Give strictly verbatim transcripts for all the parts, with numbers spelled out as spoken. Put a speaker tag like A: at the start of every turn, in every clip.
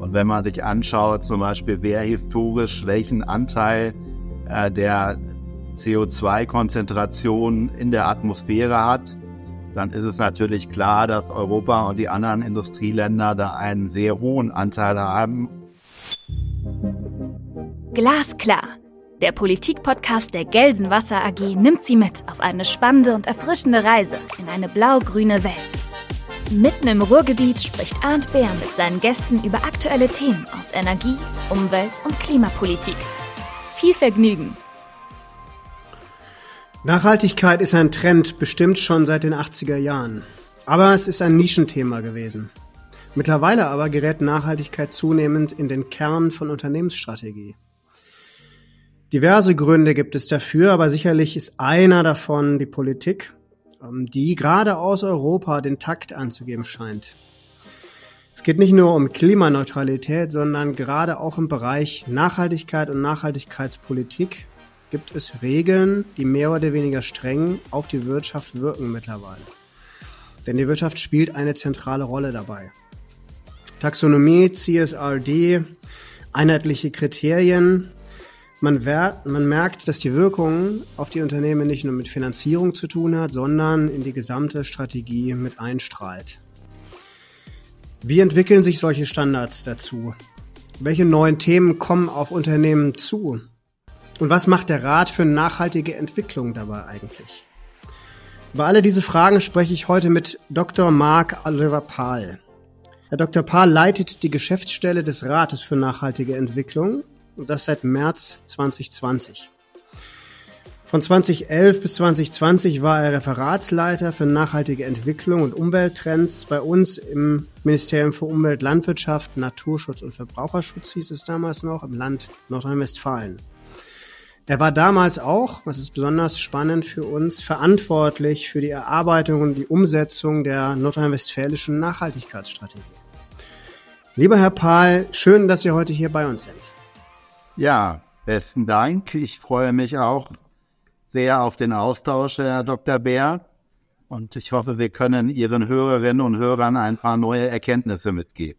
A: Und wenn man sich anschaut, zum Beispiel, wer historisch welchen Anteil äh, der C O zwei Konzentration in der Atmosphäre hat, dann ist es natürlich klar, dass Europa und die anderen Industrieländer da einen sehr hohen Anteil haben.
B: Glasklar. Der Politik-Podcast der Gelsenwasser A G nimmt Sie mit auf eine spannende und erfrischende Reise in eine blau-grüne Welt. Mitten im Ruhrgebiet spricht Arndt Beer mit seinen Gästen über aktuelle Themen aus Energie, Umwelt und Klimapolitik. Viel Vergnügen!
C: Nachhaltigkeit ist ein Trend, bestimmt schon seit den achtziger Jahren. Aber es ist ein Nischenthema gewesen. Mittlerweile aber gerät Nachhaltigkeit zunehmend in den Kern von Unternehmensstrategie. Diverse Gründe gibt es dafür, aber sicherlich ist einer davon die Politik, die gerade aus Europa den Takt anzugeben scheint. Es geht nicht nur um Klimaneutralität, sondern gerade auch im Bereich Nachhaltigkeit und Nachhaltigkeitspolitik gibt es Regeln, die mehr oder weniger streng auf die Wirtschaft wirken mittlerweile. Denn die Wirtschaft spielt eine zentrale Rolle dabei. Taxonomie, C S R D, einheitliche Kriterien. Man, wert, man merkt, dass die Wirkung auf die Unternehmen nicht nur mit Finanzierung zu tun hat, sondern in die gesamte Strategie mit einstrahlt. Wie entwickeln sich solche Standards dazu? Welche neuen Themen kommen auf Unternehmen zu? Und was macht der Rat für nachhaltige Entwicklung dabei eigentlich? Über alle diese Fragen spreche ich heute mit Doktor Mark Oliver Pahl. Herr Doktor Pahl leitet die Geschäftsstelle des Rates für nachhaltige Entwicklung und das seit März zwanzig zwanzig. Von zweitausendelf bis zwanzig zwanzig war er Referatsleiter für nachhaltige Entwicklung und Umwelttrends bei uns im Ministerium für Umwelt, Landwirtschaft, Naturschutz und Verbraucherschutz, hieß es damals noch, im Land Nordrhein-Westfalen. Er war damals auch, was ist besonders spannend für uns, verantwortlich für die Erarbeitung und die Umsetzung der nordrhein-westfälischen Nachhaltigkeitsstrategie. Lieber Herr Pahl, schön, dass Sie heute hier bei uns sind.
A: Ja, besten Dank. Ich freue mich auch sehr auf den Austausch, Herr Doktor Beer. Und ich hoffe, wir können Ihren Hörerinnen und Hörern ein paar neue Erkenntnisse mitgeben.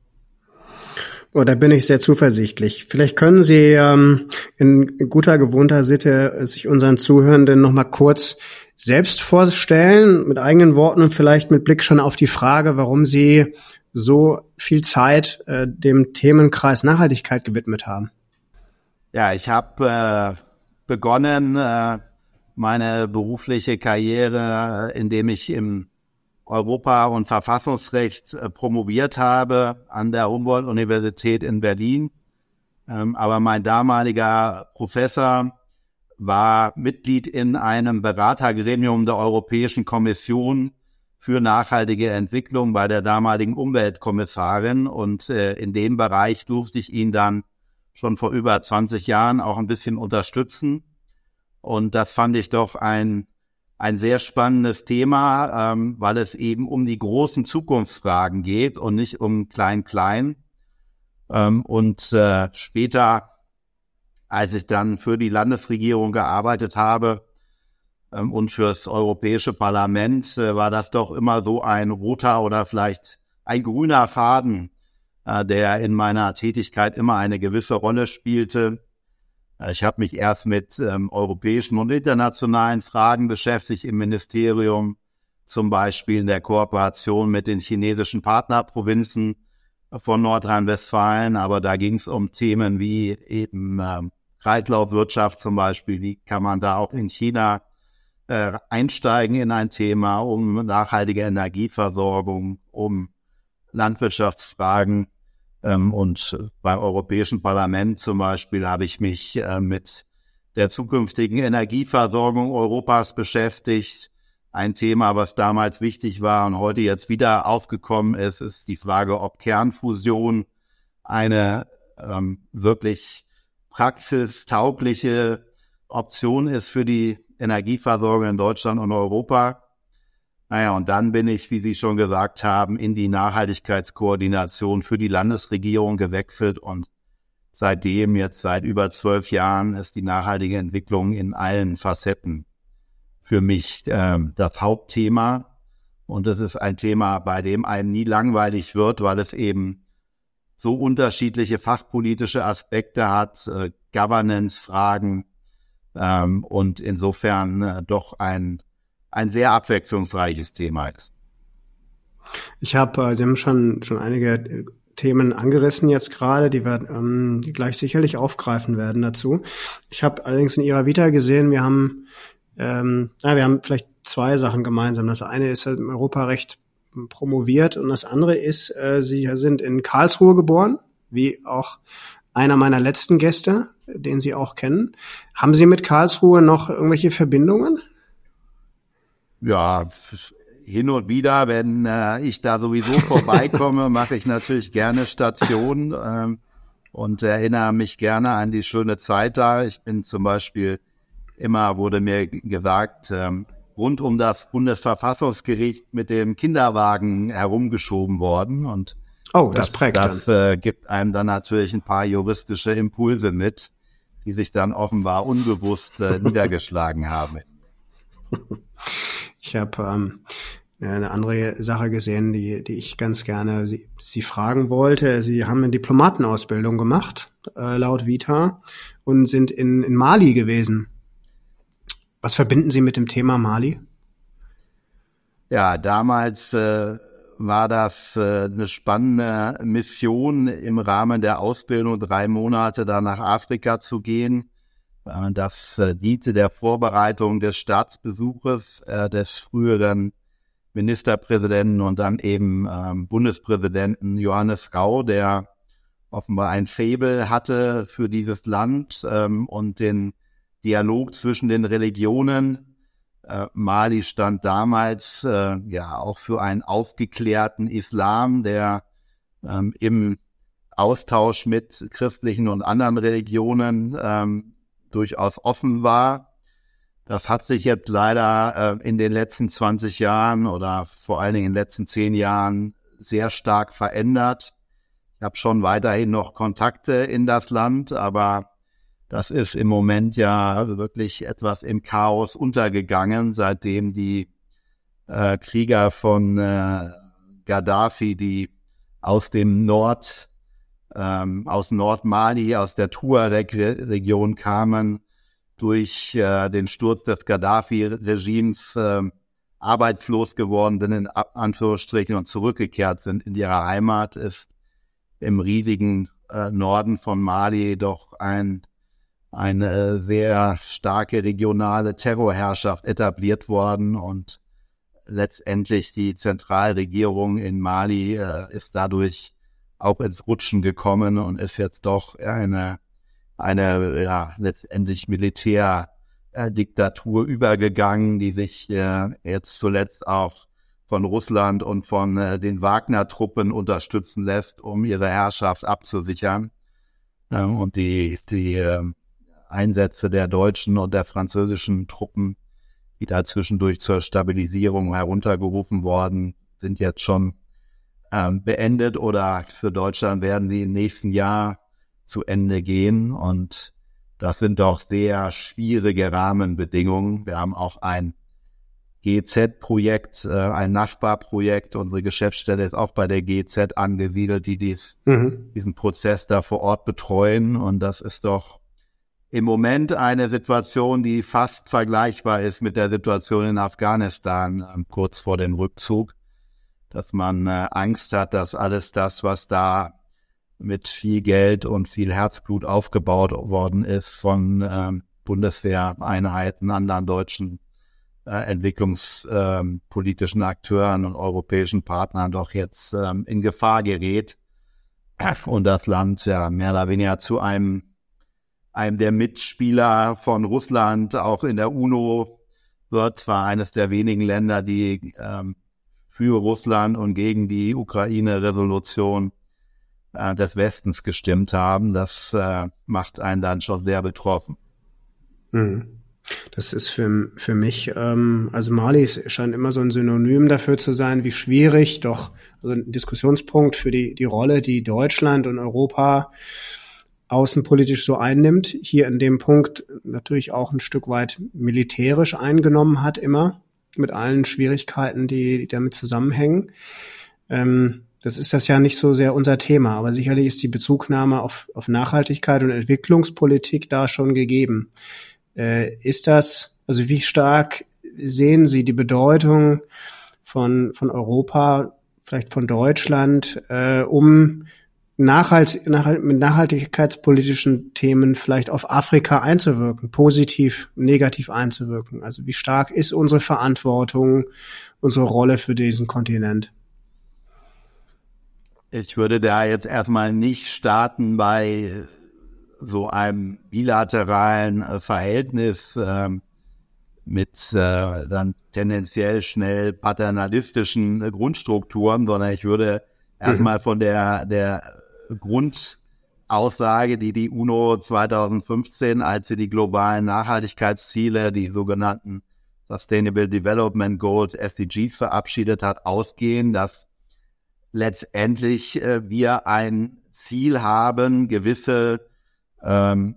C: Oh, da bin ich sehr zuversichtlich. Vielleicht können Sie ähm, in guter gewohnter Sitte sich unseren Zuhörenden noch mal kurz selbst vorstellen, mit eigenen Worten und vielleicht mit Blick schon auf die Frage, warum Sie so viel Zeit äh, dem Themenkreis Nachhaltigkeit gewidmet haben.
A: Ja, ich habe äh, begonnen äh, meine berufliche Karriere, äh, indem ich im Europa- und Verfassungsrecht äh, promoviert habe an der Humboldt-Universität in Berlin. Ähm, aber mein damaliger Professor war Mitglied in einem Beratergremium der Europäischen Kommission für nachhaltige Entwicklung bei der damaligen Umweltkommissarin. Und äh, in dem Bereich durfte ich ihn dann schon vor über zwanzig Jahren auch ein bisschen unterstützen. Und das fand ich doch ein Ein sehr spannendes Thema, ähm, weil es eben um die großen Zukunftsfragen geht und nicht um Klein-Klein. Ähm, und äh, später, als ich dann für die Landesregierung gearbeitet habe ähm, und fürs Europäische Parlament, äh, war das doch immer so ein roter oder vielleicht ein grüner Faden, äh, der in meiner Tätigkeit immer eine gewisse Rolle spielte. Ich habe mich erst mit ähm, europäischen und internationalen Fragen beschäftigt im Ministerium, zum Beispiel in der Kooperation mit den chinesischen Partnerprovinzen von Nordrhein-Westfalen. Aber da ging es um Themen wie eben ähm, Kreislaufwirtschaft zum Beispiel. Wie kann man da auch in China äh, einsteigen in ein Thema, um nachhaltige Energieversorgung, um Landwirtschaftsfragen. Und beim Europäischen Parlament zum Beispiel habe ich mich mit der zukünftigen Energieversorgung Europas beschäftigt. Ein Thema, was damals wichtig war und heute jetzt wieder aufgekommen ist, ist die Frage, ob Kernfusion eine ähm, wirklich praxistaugliche Option ist für die Energieversorgung in Deutschland und Europa. Naja, und dann bin ich, wie Sie schon gesagt haben, in die Nachhaltigkeitskoordination für die Landesregierung gewechselt und seitdem, jetzt seit über zwölf Jahren, ist die nachhaltige Entwicklung in allen Facetten für mich äh, das Hauptthema. Und es ist ein Thema, bei dem einem nie langweilig wird, weil es eben so unterschiedliche fachpolitische Aspekte hat, äh, Governance-Fragen ähm, und insofern äh, doch ein ein sehr abwechslungsreiches Thema ist.
C: Ich habe, äh, Sie haben schon schon einige Themen angerissen jetzt gerade, die wir ähm, gleich sicherlich aufgreifen werden dazu. Ich habe allerdings in Ihrer Vita gesehen, wir haben ähm, ja, wir haben vielleicht zwei Sachen gemeinsam. Das eine ist halt im Europarecht promoviert und das andere ist, äh, Sie sind in Karlsruhe geboren, wie auch einer meiner letzten Gäste, den Sie auch kennen. Haben Sie mit Karlsruhe noch irgendwelche Verbindungen?
A: Ja, hin und wieder, wenn äh, ich da sowieso vorbeikomme, mache ich natürlich gerne Station ähm, und erinnere mich gerne an die schöne Zeit da. Ich bin zum Beispiel immer, wurde mir gesagt, ähm, rund um das Bundesverfassungsgericht mit dem Kinderwagen herumgeschoben worden. Und
C: oh, das, das prägt
A: das
C: dann.
A: äh, gibt einem dann natürlich ein paar juristische Impulse mit, die sich dann offenbar unbewusst äh, niedergeschlagen haben.
C: Ich habe ähm, eine andere Sache gesehen, die die ich ganz gerne Sie, Sie fragen wollte. Sie haben eine Diplomatenausbildung gemacht, äh, laut Vita, und sind in, in Mali gewesen. Was verbinden Sie mit dem Thema Mali?
A: Ja, damals äh, war das äh, eine spannende Mission im Rahmen der Ausbildung, drei Monate da nach Afrika zu gehen. Äh, das äh, diente der Vorbereitung des Staatsbesuches äh, des früheren Ministerpräsidenten und dann eben ähm, Bundespräsidenten Johannes Rau, der offenbar ein Faible hatte für dieses Land ähm, und den Dialog zwischen den Religionen. Äh, Mali stand damals äh, ja auch für einen aufgeklärten Islam, der ähm, im Austausch mit christlichen und anderen Religionen ähm, durchaus offen war. Das hat sich jetzt leider äh, in den letzten zwanzig Jahren oder vor allen Dingen in den letzten zehn Jahren sehr stark verändert. Ich habe schon weiterhin noch Kontakte in das Land, aber das ist im Moment ja wirklich etwas im Chaos untergegangen, seitdem die äh, Krieger von äh, Gaddafi, die aus dem Nord, ähm, aus Nordmali, aus der Tuareg-Region kamen, durch äh, den Sturz des Gaddafi-Regimes äh, arbeitslos geworden sind, in Anführungsstrichen, und zurückgekehrt sind in ihre Heimat, ist im riesigen äh, Norden von Mali doch ein eine sehr starke regionale Terrorherrschaft etabliert worden und letztendlich die Zentralregierung in Mali äh, ist dadurch auch ins Rutschen gekommen und ist jetzt doch eine eine ja letztendlich Militärdiktatur übergegangen, die sich äh, jetzt zuletzt auch von Russland und von äh, den Wagner-Truppen unterstützen lässt, um ihre Herrschaft abzusichern. Äh, und die die äh, Einsätze der deutschen und der französischen Truppen, die da zwischendurch zur Stabilisierung heruntergerufen worden, sind jetzt schon ähm, beendet oder für Deutschland werden sie im nächsten Jahr zu Ende gehen. Und das sind doch sehr schwierige Rahmenbedingungen. Wir haben auch ein G Z-Projekt, äh, ein Nachbarprojekt. Unsere Geschäftsstelle ist auch bei der G Z angesiedelt, die dies, mhm. diesen Prozess da vor Ort betreuen. Und das ist doch im Moment eine Situation, die fast vergleichbar ist mit der Situation in Afghanistan äh, kurz vor dem Rückzug, dass man äh, Angst hat, dass alles das, was da mit viel Geld und viel Herzblut aufgebaut worden ist von äh, Bundeswehreinheiten, anderen deutschen äh, entwicklungspolitischen äh, Akteuren und europäischen Partnern, doch jetzt äh, in Gefahr gerät und das Land ja mehr oder weniger zu einem einem der Mitspieler von Russland auch in der UNO wird, zwar eines der wenigen Länder, die ähm, für Russland und gegen die Ukraine-Resolution äh, des Westens gestimmt haben. Das äh, macht einen dann schon sehr betroffen.
C: Das ist für, für mich, ähm, also Mali scheint immer so ein Synonym dafür zu sein, wie schwierig, doch also ein Diskussionspunkt für die, die Rolle, die Deutschland und Europa außenpolitisch so einnimmt, hier in dem Punkt natürlich auch ein Stück weit militärisch eingenommen hat immer, mit allen Schwierigkeiten, die, die damit zusammenhängen. Ähm, das ist das ja nicht so sehr unser Thema, aber sicherlich ist die Bezugnahme auf, auf Nachhaltigkeit und Entwicklungspolitik da schon gegeben. Äh, ist das, also wie stark sehen Sie die Bedeutung von, von Europa, vielleicht von Deutschland, äh, um nachhalt, nachhalt, mit nachhaltigkeitspolitischen Themen vielleicht auf Afrika einzuwirken, positiv, negativ einzuwirken? Also wie stark ist unsere Verantwortung, unsere Rolle für diesen Kontinent?
A: Ich würde da jetzt erstmal nicht starten bei so einem bilateralen äh, Verhältnis äh, mit äh, dann tendenziell schnell paternalistischen äh, Grundstrukturen, sondern ich würde erstmal von der der Grundaussage, die die UNO zweitausendfünfzehn, als sie die globalen Nachhaltigkeitsziele, die sogenannten Sustainable Development Goals, S D Gs, verabschiedet hat, ausgehen, dass letztendlich äh, wir ein Ziel haben, gewisse ähm,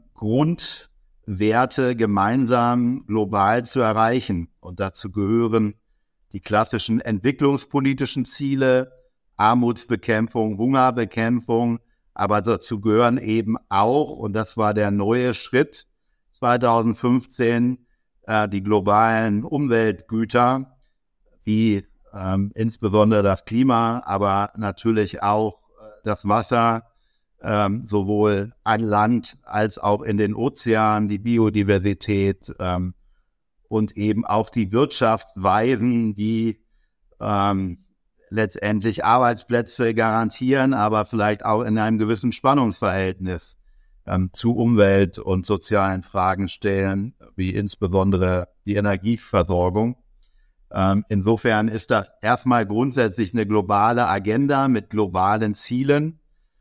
A: Grundwerte gemeinsam global zu erreichen. Und dazu gehören die klassischen entwicklungspolitischen Ziele, Armutsbekämpfung, Hungerbekämpfung, aber dazu gehören eben auch, und das war der neue Schritt zweitausendfünfzehn, äh, die globalen Umweltgüter, wie ähm, insbesondere das Klima, aber natürlich auch äh, das Wasser, ähm, sowohl an Land als auch in den Ozeanen, die Biodiversität ähm, und eben auch die Wirtschaftsweisen, die ähm, letztendlich Arbeitsplätze garantieren, aber vielleicht auch in einem gewissen Spannungsverhältnis ähm, zu Umwelt- und sozialen Fragen stellen, wie insbesondere die Energieversorgung. Ähm, insofern ist das erstmal grundsätzlich eine globale Agenda mit globalen Zielen.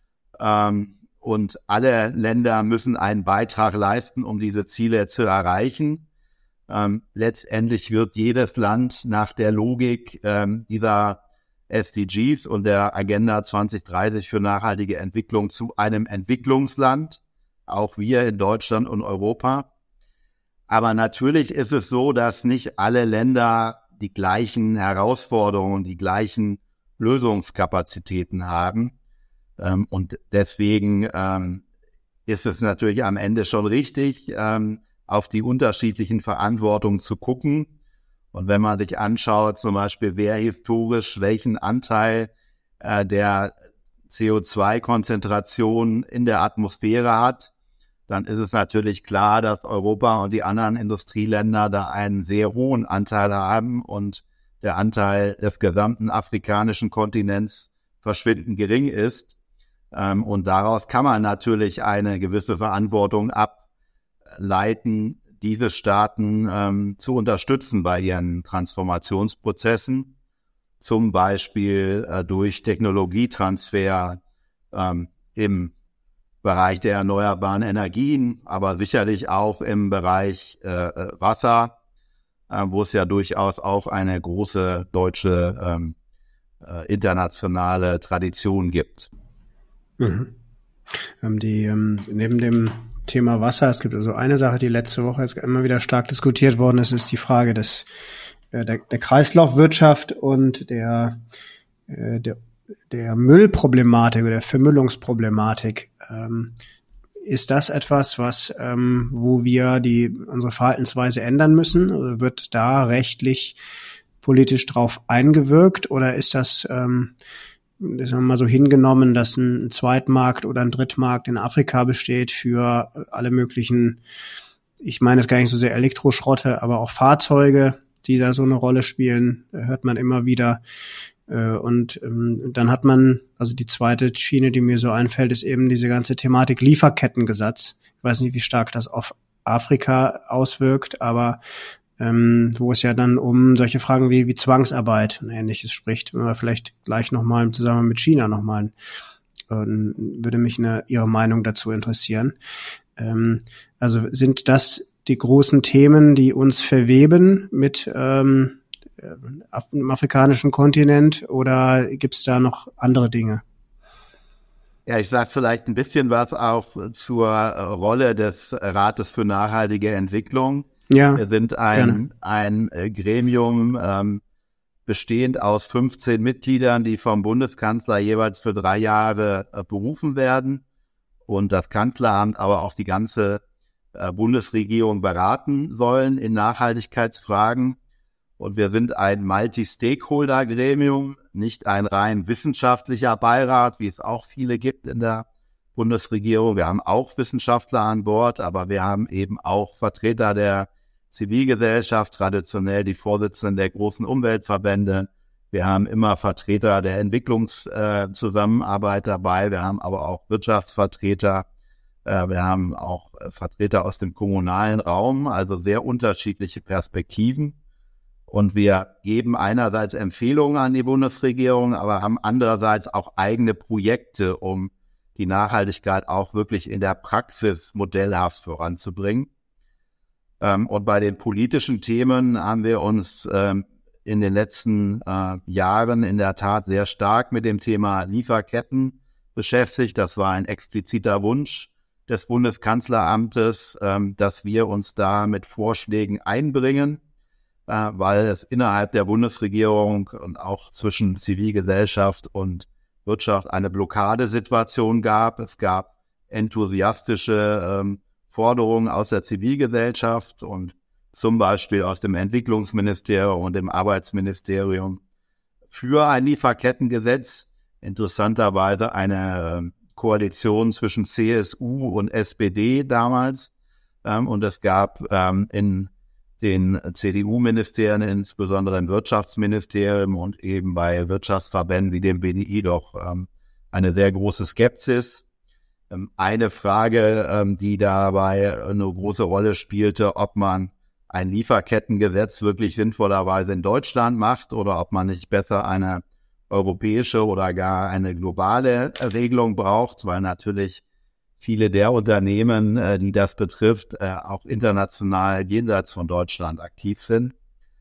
A: Ähm, und alle Länder müssen einen Beitrag leisten, um diese Ziele zu erreichen. Ähm, letztendlich wird jedes Land nach der Logik ähm, dieser S D Gs und der Agenda zwanzig dreißig für nachhaltige Entwicklung zu einem Entwicklungsland, auch wir in Deutschland und Europa. Aber natürlich ist es so, dass nicht alle Länder die gleichen Herausforderungen, die gleichen Lösungskapazitäten haben. Ähm, und deswegen ähm, ist es natürlich am Ende schon richtig, ähm, auf die unterschiedlichen Verantwortungen zu gucken. Und wenn man sich anschaut, zum Beispiel, wer historisch welchen Anteil äh, der C O zwei Konzentration in der Atmosphäre hat, dann ist es natürlich klar, dass Europa und die anderen Industrieländer da einen sehr hohen Anteil haben und der Anteil des gesamten afrikanischen Kontinents verschwindend gering ist. Ähm, und daraus kann man natürlich eine gewisse Verantwortung ableiten, diese Staaten ähm, zu unterstützen bei ihren Transformationsprozessen, zum Beispiel äh, durch Technologietransfer ähm, im Bereich der erneuerbaren Energien, aber sicherlich auch im Bereich äh, Wasser, äh, wo es ja durchaus auch eine große deutsche ähm, äh, internationale Tradition gibt.
C: Mhm. Ähm, die ähm, neben dem Thema Wasser, es gibt also eine Sache, die letzte Woche jetzt immer wieder stark diskutiert worden ist, ist die Frage des äh, der, der Kreislaufwirtschaft und der äh, der der Müllproblematik oder der Vermüllungsproblematik. Ähm, ist das etwas, was ähm, wo wir die unsere Verhaltensweise ändern müssen? Oder wird da rechtlich, politisch drauf eingewirkt, oder ist das ähm, das haben wir mal so hingenommen, dass ein Zweitmarkt oder ein Drittmarkt in Afrika besteht für alle möglichen, ich meine es gar nicht so sehr Elektroschrotte, aber auch Fahrzeuge, die da so eine Rolle spielen, hört man immer wieder. Und dann hat man, also die zweite Schiene, die mir so einfällt, ist eben diese ganze Thematik Lieferkettengesetz. Ich weiß nicht, wie stark das auf Afrika auswirkt, aber Ähm, wo es ja dann um solche Fragen wie, wie Zwangsarbeit und Ähnliches spricht. Wenn wir vielleicht gleich nochmal im Zusammenhang mit China nochmal, äh, würde mich eine, Ihre Meinung dazu interessieren. Ähm, also sind das die großen Themen, die uns verweben mit ähm, auf dem afrikanischen Kontinent, oder gibt es da noch andere Dinge?
A: Ja, ich sage vielleicht ein bisschen was auch zur Rolle des Rates für nachhaltige Entwicklung.
C: Ja,
A: Wir sind ein, ein äh, Gremium, ähm, bestehend aus fünfzehn Mitgliedern, die vom Bundeskanzler jeweils für drei Jahre äh, berufen werden und das Kanzleramt aber auch die ganze äh, Bundesregierung beraten sollen in Nachhaltigkeitsfragen. Und wir sind ein Multi-Stakeholder-Gremium, nicht ein rein wissenschaftlicher Beirat, wie es auch viele gibt in der Bundesregierung. Wir haben auch Wissenschaftler an Bord, aber wir haben eben auch Vertreter der Zivilgesellschaft, traditionell die Vorsitzenden der großen Umweltverbände. Wir haben immer Vertreter der Entwicklungszusammenarbeit dabei. Wir haben aber auch Wirtschaftsvertreter. Wir haben auch Vertreter aus dem kommunalen Raum, also sehr unterschiedliche Perspektiven. Und wir geben einerseits Empfehlungen an die Bundesregierung, aber haben andererseits auch eigene Projekte, um die Nachhaltigkeit auch wirklich in der Praxis modellhaft voranzubringen. Und bei den politischen Themen haben wir uns in den letzten Jahren in der Tat sehr stark mit dem Thema Lieferketten beschäftigt. Das war ein expliziter Wunsch des Bundeskanzleramtes, dass wir uns da mit Vorschlägen einbringen, weil es innerhalb der Bundesregierung und auch zwischen Zivilgesellschaft und Wirtschaft eine Blockadesituation gab. Es gab enthusiastische ähm, Forderungen aus der Zivilgesellschaft und zum Beispiel aus dem Entwicklungsministerium und dem Arbeitsministerium für ein Lieferkettengesetz. Interessanterweise eine ähm, Koalition zwischen C S U und S P D damals. Ähm, und es gab ähm, in den C D U-Ministerien, insbesondere im Wirtschaftsministerium und eben bei Wirtschaftsverbänden wie dem B D I doch ähm, eine sehr große Skepsis. Ähm, eine Frage, ähm, die dabei eine große Rolle spielte, ob man ein Lieferkettengesetz wirklich sinnvollerweise in Deutschland macht oder ob man nicht besser eine europäische oder gar eine globale Regelung braucht, weil natürlich viele der Unternehmen, äh, die das betrifft, äh, auch international jenseits von Deutschland aktiv sind.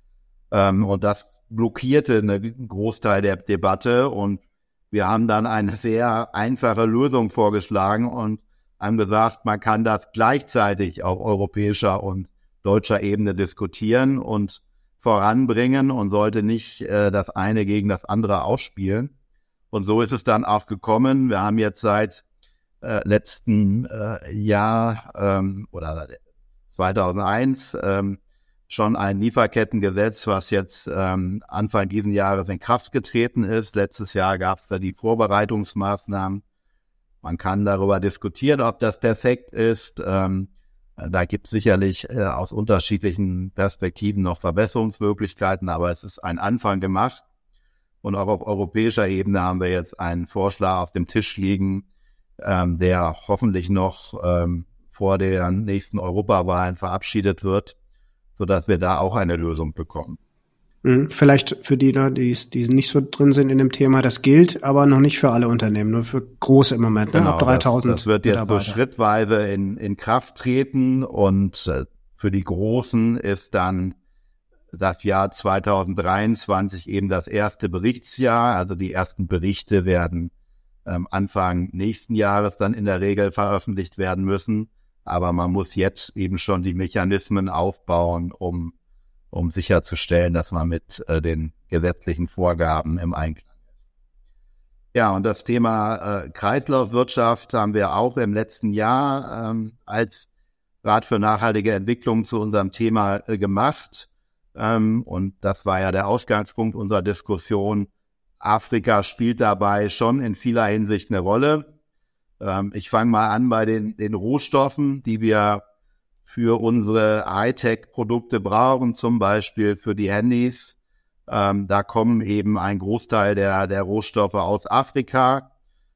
A: Ähm, und das blockierte einen Großteil der Debatte. Und wir haben dann eine sehr einfache Lösung vorgeschlagen und haben gesagt, man kann das gleichzeitig auf europäischer und deutscher Ebene diskutieren und voranbringen und sollte nicht äh, das eine gegen das andere ausspielen. Und so ist es dann auch gekommen. Wir haben jetzt seit Äh, letzten äh, Jahr ähm, oder zweitausendeins ähm, schon ein Lieferkettengesetz, was jetzt ähm, Anfang diesen Jahres in Kraft getreten ist. Letztes Jahr gab es da die Vorbereitungsmaßnahmen. Man kann darüber diskutieren, ob das perfekt ist. Ähm, da gibt es sicherlich äh, aus unterschiedlichen Perspektiven noch Verbesserungsmöglichkeiten, aber es ist ein Anfang gemacht. Und auch auf europäischer Ebene haben wir jetzt einen Vorschlag auf dem Tisch liegen, Ähm, der hoffentlich noch ähm, vor den nächsten Europawahlen verabschiedet wird, sodass wir da auch eine Lösung bekommen.
C: Vielleicht für die, die, die nicht so drin sind in dem Thema, das gilt, aber noch nicht für alle Unternehmen, nur für große im Moment,
A: genau,
C: ab dreitausend.
A: Das, das wird jetzt so schrittweise in, in Kraft treten und äh, für die Großen ist dann das Jahr zweitausenddreiundzwanzig eben das erste Berichtsjahr, also die ersten Berichte werden Anfang nächsten Jahres dann in der Regel veröffentlicht werden müssen. Aber man muss jetzt eben schon die Mechanismen aufbauen, um, um sicherzustellen, dass man mit äh, den gesetzlichen Vorgaben im Einklang ist. Ja, und das Thema äh, Kreislaufwirtschaft haben wir auch im letzten Jahr ähm, als Rat für nachhaltige Entwicklung zu unserem Thema äh, gemacht. Ähm, und das war ja der Ausgangspunkt unserer Diskussion. Afrika spielt dabei schon in vieler Hinsicht eine Rolle. Ähm, ich fange mal an bei den, den Rohstoffen, die wir für unsere Hightech-Produkte brauchen, zum Beispiel für die Handys. Ähm, da kommen eben ein Großteil der, der Rohstoffe aus Afrika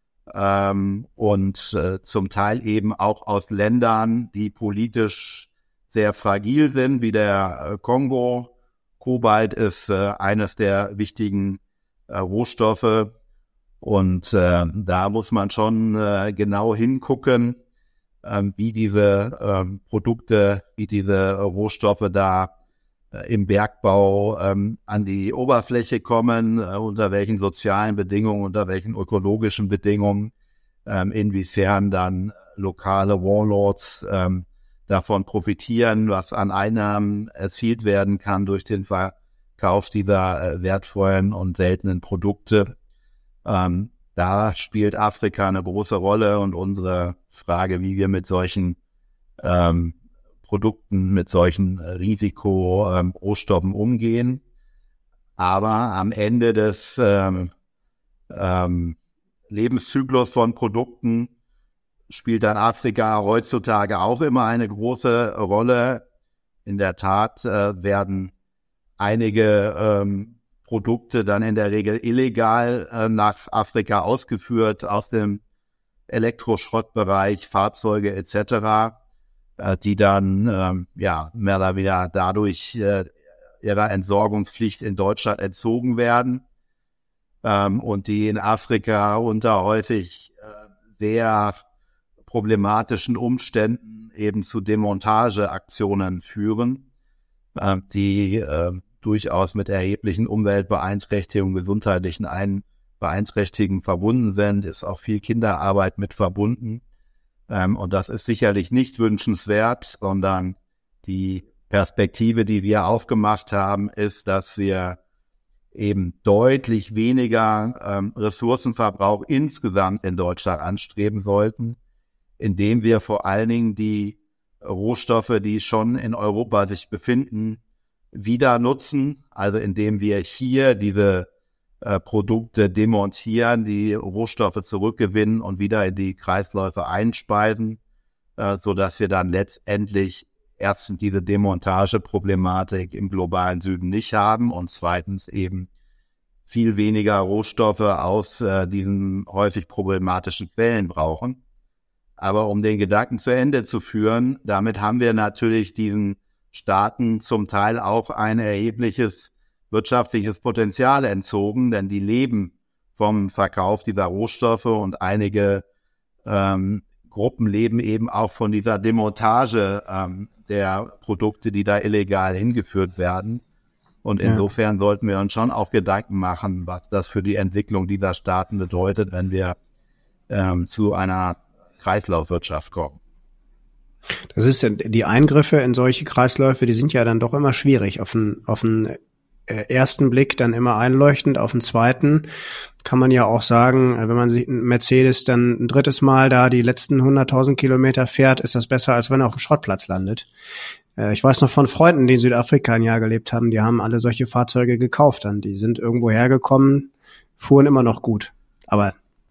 A: ähm, und äh, zum Teil eben auch aus Ländern, die politisch sehr fragil sind, wie der äh, Kongo. Kobalt ist äh, eines der wichtigen Äh, Rohstoffe und äh, da muss man schon äh, genau hingucken, äh, wie diese äh, Produkte, wie diese Rohstoffe da äh, im Bergbau äh, an die Oberfläche kommen, äh, unter welchen sozialen Bedingungen, unter welchen ökologischen Bedingungen, äh, inwiefern dann lokale Warlords äh, davon profitieren, was an Einnahmen erzielt werden kann durch den Ver Kauf dieser äh, wertvollen und seltenen Produkte. Ähm, da spielt Afrika eine große Rolle und unsere Frage, wie wir mit solchen ähm, Produkten, mit solchen äh, Risiko-Rohstoffen ähm, umgehen. Aber am Ende des ähm, ähm, Lebenszyklus von Produkten spielt dann Afrika heutzutage auch immer eine große Rolle. In der Tat äh, werden einige ähm, Produkte dann in der Regel illegal äh, nach Afrika ausgeführt, aus dem Elektroschrottbereich, Fahrzeuge et cetera, äh, die dann ähm, ja mehr oder weniger dadurch äh, ihrer Entsorgungspflicht in Deutschland entzogen werden ähm, und die in Afrika unter häufig äh, sehr problematischen Umständen eben zu Demontageaktionen führen, äh, die äh, durchaus mit erheblichen Umweltbeeinträchtigungen, gesundheitlichen Ein- Beeinträchtigungen verbunden sind, ist auch viel Kinderarbeit mit verbunden. Ähm, und das ist sicherlich nicht wünschenswert, sondern die Perspektive, die wir aufgemacht haben, ist, dass wir eben deutlich weniger ähm, Ressourcenverbrauch insgesamt in Deutschland anstreben sollten, indem wir vor allen Dingen die Rohstoffe, die schon in Europa sich befinden, wieder nutzen, also indem wir hier diese äh, Produkte demontieren, die Rohstoffe zurückgewinnen und wieder in die Kreisläufe einspeisen, äh, so dass wir dann letztendlich erstens diese Demontageproblematik im globalen Süden nicht haben und zweitens eben viel weniger Rohstoffe aus äh, diesen häufig problematischen Quellen brauchen. Aber um den Gedanken zu Ende zu führen, damit haben wir natürlich diesen Staaten zum Teil auch ein erhebliches wirtschaftliches Potenzial entzogen, denn die leben vom Verkauf dieser Rohstoffe und einige ähm, Gruppen leben eben auch von dieser Demontage ähm, der Produkte, die da illegal hingeführt werden. Und insofern ja. sollten wir uns schon auch Gedanken machen, was das für die Entwicklung dieser Staaten bedeutet, wenn wir ähm, zu einer Kreislaufwirtschaft kommen.
C: Das ist ja, die Eingriffe in solche Kreisläufe, die sind ja dann doch immer schwierig. Auf den, auf den ersten Blick dann immer einleuchtend, auf den zweiten kann man ja auch sagen, wenn man sich ein Mercedes dann ein drittes Mal da die letzten hunderttausend Kilometer fährt, ist das besser, als wenn er auf dem Schrottplatz landet. Ich weiß noch von Freunden, die in Südafrika ein Jahr gelebt haben, die haben alle solche Fahrzeuge gekauft dann. Die sind irgendwo hergekommen, fuhren immer noch gut. Aber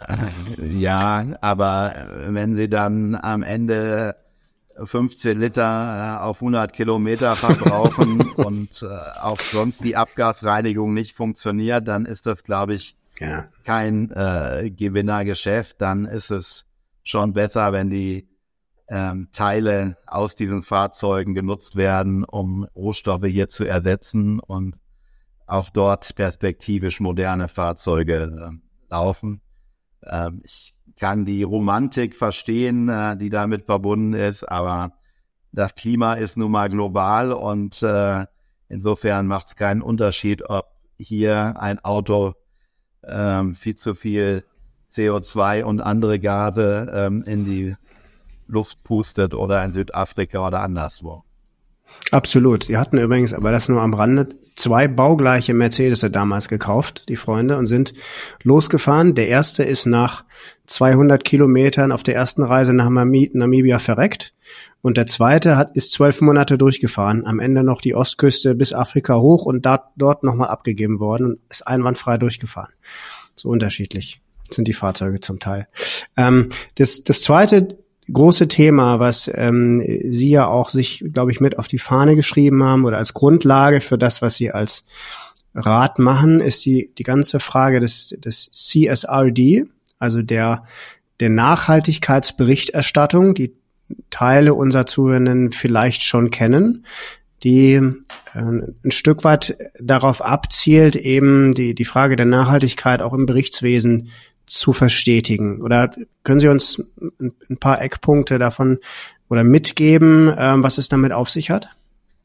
A: ja, aber wenn sie dann am Ende fünfzehn Liter auf hundert Kilometer verbrauchen und äh, auch sonst die Abgasreinigung nicht funktioniert, dann ist das, glaube ich, ja. kein äh, Gewinnergeschäft. Dann ist es schon besser, wenn die ähm, Teile aus diesen Fahrzeugen genutzt werden, um Rohstoffe hier zu ersetzen und auch dort perspektivisch moderne Fahrzeuge äh, laufen. Ähm, ich kann die Romantik verstehen, äh, die damit verbunden ist, aber das Klima ist nun mal global und äh, insofern macht es keinen Unterschied, ob hier ein Auto ähm, viel zu viel C O zwei und andere Gase ähm, in die Luft pustet oder in Südafrika oder anderswo.
C: Absolut. Sie hatten übrigens, aber das nur am Rande, zwei baugleiche Mercedes damals gekauft, die Freunde, und sind losgefahren. Der erste ist nach zweihundert Kilometern auf der ersten Reise nach Namibia verreckt. Und der zweite hat ist zwölf Monate durchgefahren, am Ende noch die Ostküste bis Afrika hoch und da, dort nochmal abgegeben worden und ist einwandfrei durchgefahren. So unterschiedlich sind die Fahrzeuge zum Teil. Ähm, das, das zweite große Thema, was ähm, Sie ja auch sich, glaube ich, mit auf die Fahne geschrieben haben oder als Grundlage für das, was Sie als Rat machen, ist die die ganze Frage des des C S R D, also der der Nachhaltigkeitsberichterstattung, die Teile unserer Zuhörenden vielleicht schon kennen, die äh, ein Stück weit darauf abzielt, eben die die Frage der Nachhaltigkeit auch im Berichtswesen zu verstetigen. Oder können Sie uns ein paar Eckpunkte davon oder mitgeben, was es damit auf sich hat?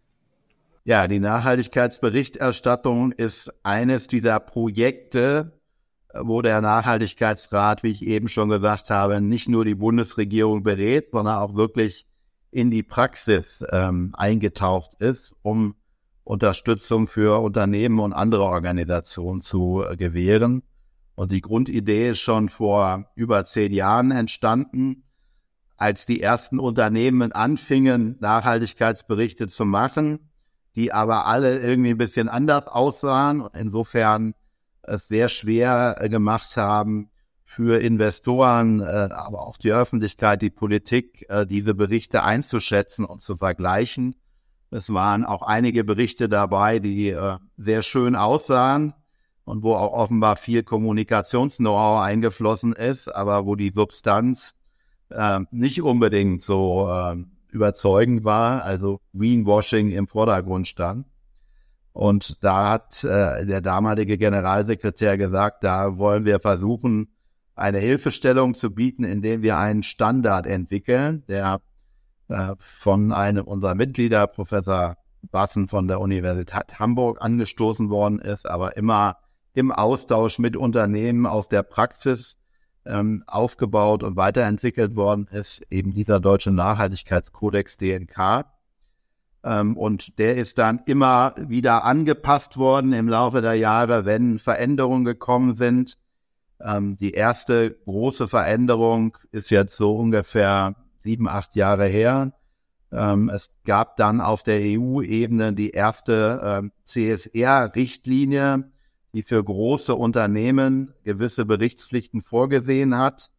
A: Ja, die Nachhaltigkeitsberichterstattung ist eines dieser Projekte, wo der Nachhaltigkeitsrat, wie ich eben schon gesagt habe, nicht nur die Bundesregierung berät, sondern auch wirklich in die Praxis ähm, eingetaucht ist, um Unterstützung für Unternehmen und andere Organisationen zu gewähren. Und die Grundidee ist schon vor über zehn Jahren entstanden, als die ersten Unternehmen anfingen, Nachhaltigkeitsberichte zu machen, die aber alle irgendwie ein bisschen anders aussahen und insofern es sehr schwer gemacht haben, für Investoren, aber auch die Öffentlichkeit, die Politik, diese Berichte einzuschätzen und zu vergleichen. Es waren auch einige Berichte dabei, die sehr schön aussahen und wo auch offenbar viel Kommunikations-Know-how eingeflossen ist, aber wo die Substanz nicht unbedingt so überzeugend war, also Greenwashing im Vordergrund stand. Und da hat der damalige Generalsekretär gesagt, da wollen wir versuchen, eine Hilfestellung zu bieten, indem wir einen Standard entwickeln, der äh, von einem unserer Mitglieder, Professor Bassen von der Universität Hamburg, angestoßen worden ist, aber immer im Austausch mit Unternehmen aus der Praxis ähm, aufgebaut und weiterentwickelt worden ist, eben dieser Deutsche Nachhaltigkeitskodex D N K. Ähm, und der ist dann immer wieder angepasst worden im Laufe der Jahre, wenn Veränderungen gekommen sind. Die erste große Veränderung ist jetzt so ungefähr sieben, acht Jahre her. Es gab dann auf der E U-Ebene die erste C S R-Richtlinie, die für große Unternehmen gewisse Berichtspflichten vorgesehen hat.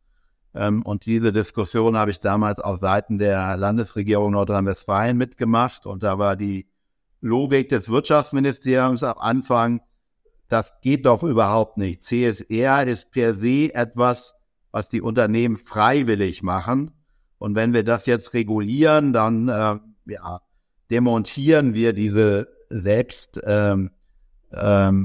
A: Und diese Diskussion habe ich damals auf Seiten der Landesregierung Nordrhein-Westfalen mitgemacht. Und da war die Logik des Wirtschaftsministeriums am Anfang: Das geht doch überhaupt nicht. C S R ist per se etwas, was die Unternehmen freiwillig machen. Und wenn wir das jetzt regulieren, dann äh, ja, demontieren wir diese Selbst ähm, ähm,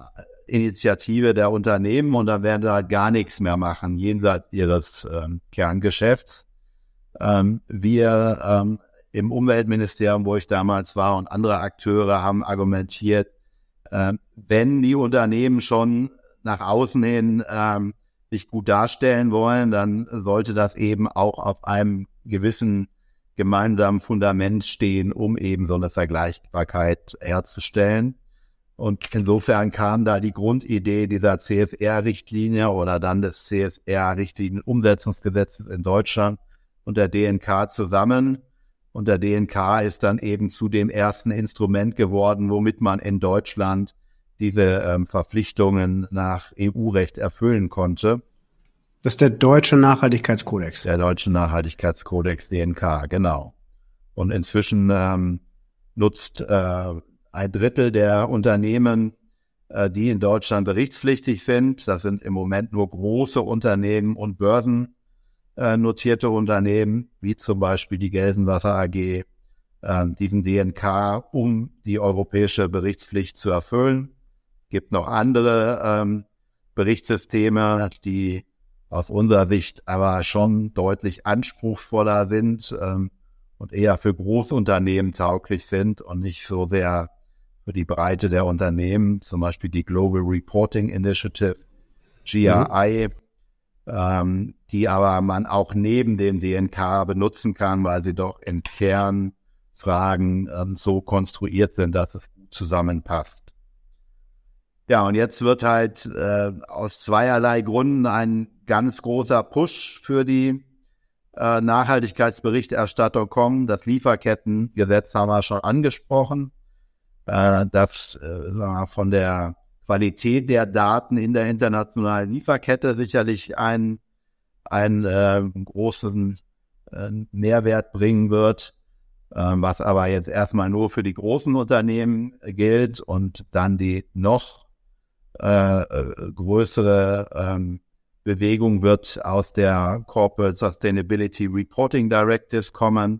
A: Initiative der Unternehmen und dann werden sie halt gar nichts mehr machen, jenseits ihres ähm, Kerngeschäfts. Ähm, wir ähm, im Umweltministerium, wo ich damals war, und andere Akteure haben argumentiert, Ähm, wenn die Unternehmen schon nach außen hin ähm, sich gut darstellen wollen, dann sollte das eben auch auf einem gewissen gemeinsamen Fundament stehen, um eben so eine Vergleichbarkeit herzustellen. Und insofern kam da die Grundidee dieser C S R-Richtlinie oder dann des C S R-Richtlinien-Umsetzungsgesetzes in Deutschland und der D N K zusammen. Und der D N K ist dann eben zu dem ersten Instrument geworden, womit man in Deutschland diese ähm, Verpflichtungen nach E U-Recht erfüllen konnte.
C: Das ist der Deutsche Nachhaltigkeitskodex.
A: Der Deutsche Nachhaltigkeitskodex D N K, genau. Und inzwischen ähm, nutzt äh, ein Drittel der Unternehmen, äh, die in Deutschland berichtspflichtig sind, das sind im Moment nur große Unternehmen und Börsen, Äh, notierte Unternehmen, wie zum Beispiel die Gelsenwasser A G, äh, diesen D N K, um die europäische Berichtspflicht zu erfüllen. Es gibt noch andere ähm, Berichtssysteme, die aus unserer Sicht aber schon deutlich anspruchsvoller sind ähm, und eher für Großunternehmen tauglich sind und nicht so sehr für die Breite der Unternehmen, zum Beispiel die Global Reporting Initiative, G R I, mhm. Ähm, die aber man auch neben dem D N K benutzen kann, weil sie doch in Kernfragen ähm, so konstruiert sind, dass es gut zusammenpasst. Ja, und jetzt wird halt äh, aus zweierlei Gründen ein ganz großer Push für die äh, Nachhaltigkeitsberichterstattung kommen. Das Lieferkettengesetz haben wir schon angesprochen. Äh, das äh, von der Qualität der Daten in der internationalen Lieferkette sicherlich einen, einen äh, großen äh, Mehrwert bringen wird, äh, was aber jetzt erstmal nur für die großen Unternehmen gilt und dann die noch äh, größere ähm, Bewegung wird aus der Corporate Sustainability Reporting Directives kommen,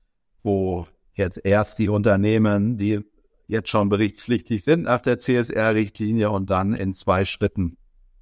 A: wo jetzt erst die Unternehmen, die jetzt schon berichtspflichtig sind nach der C S R-Richtlinie und dann in zwei Schritten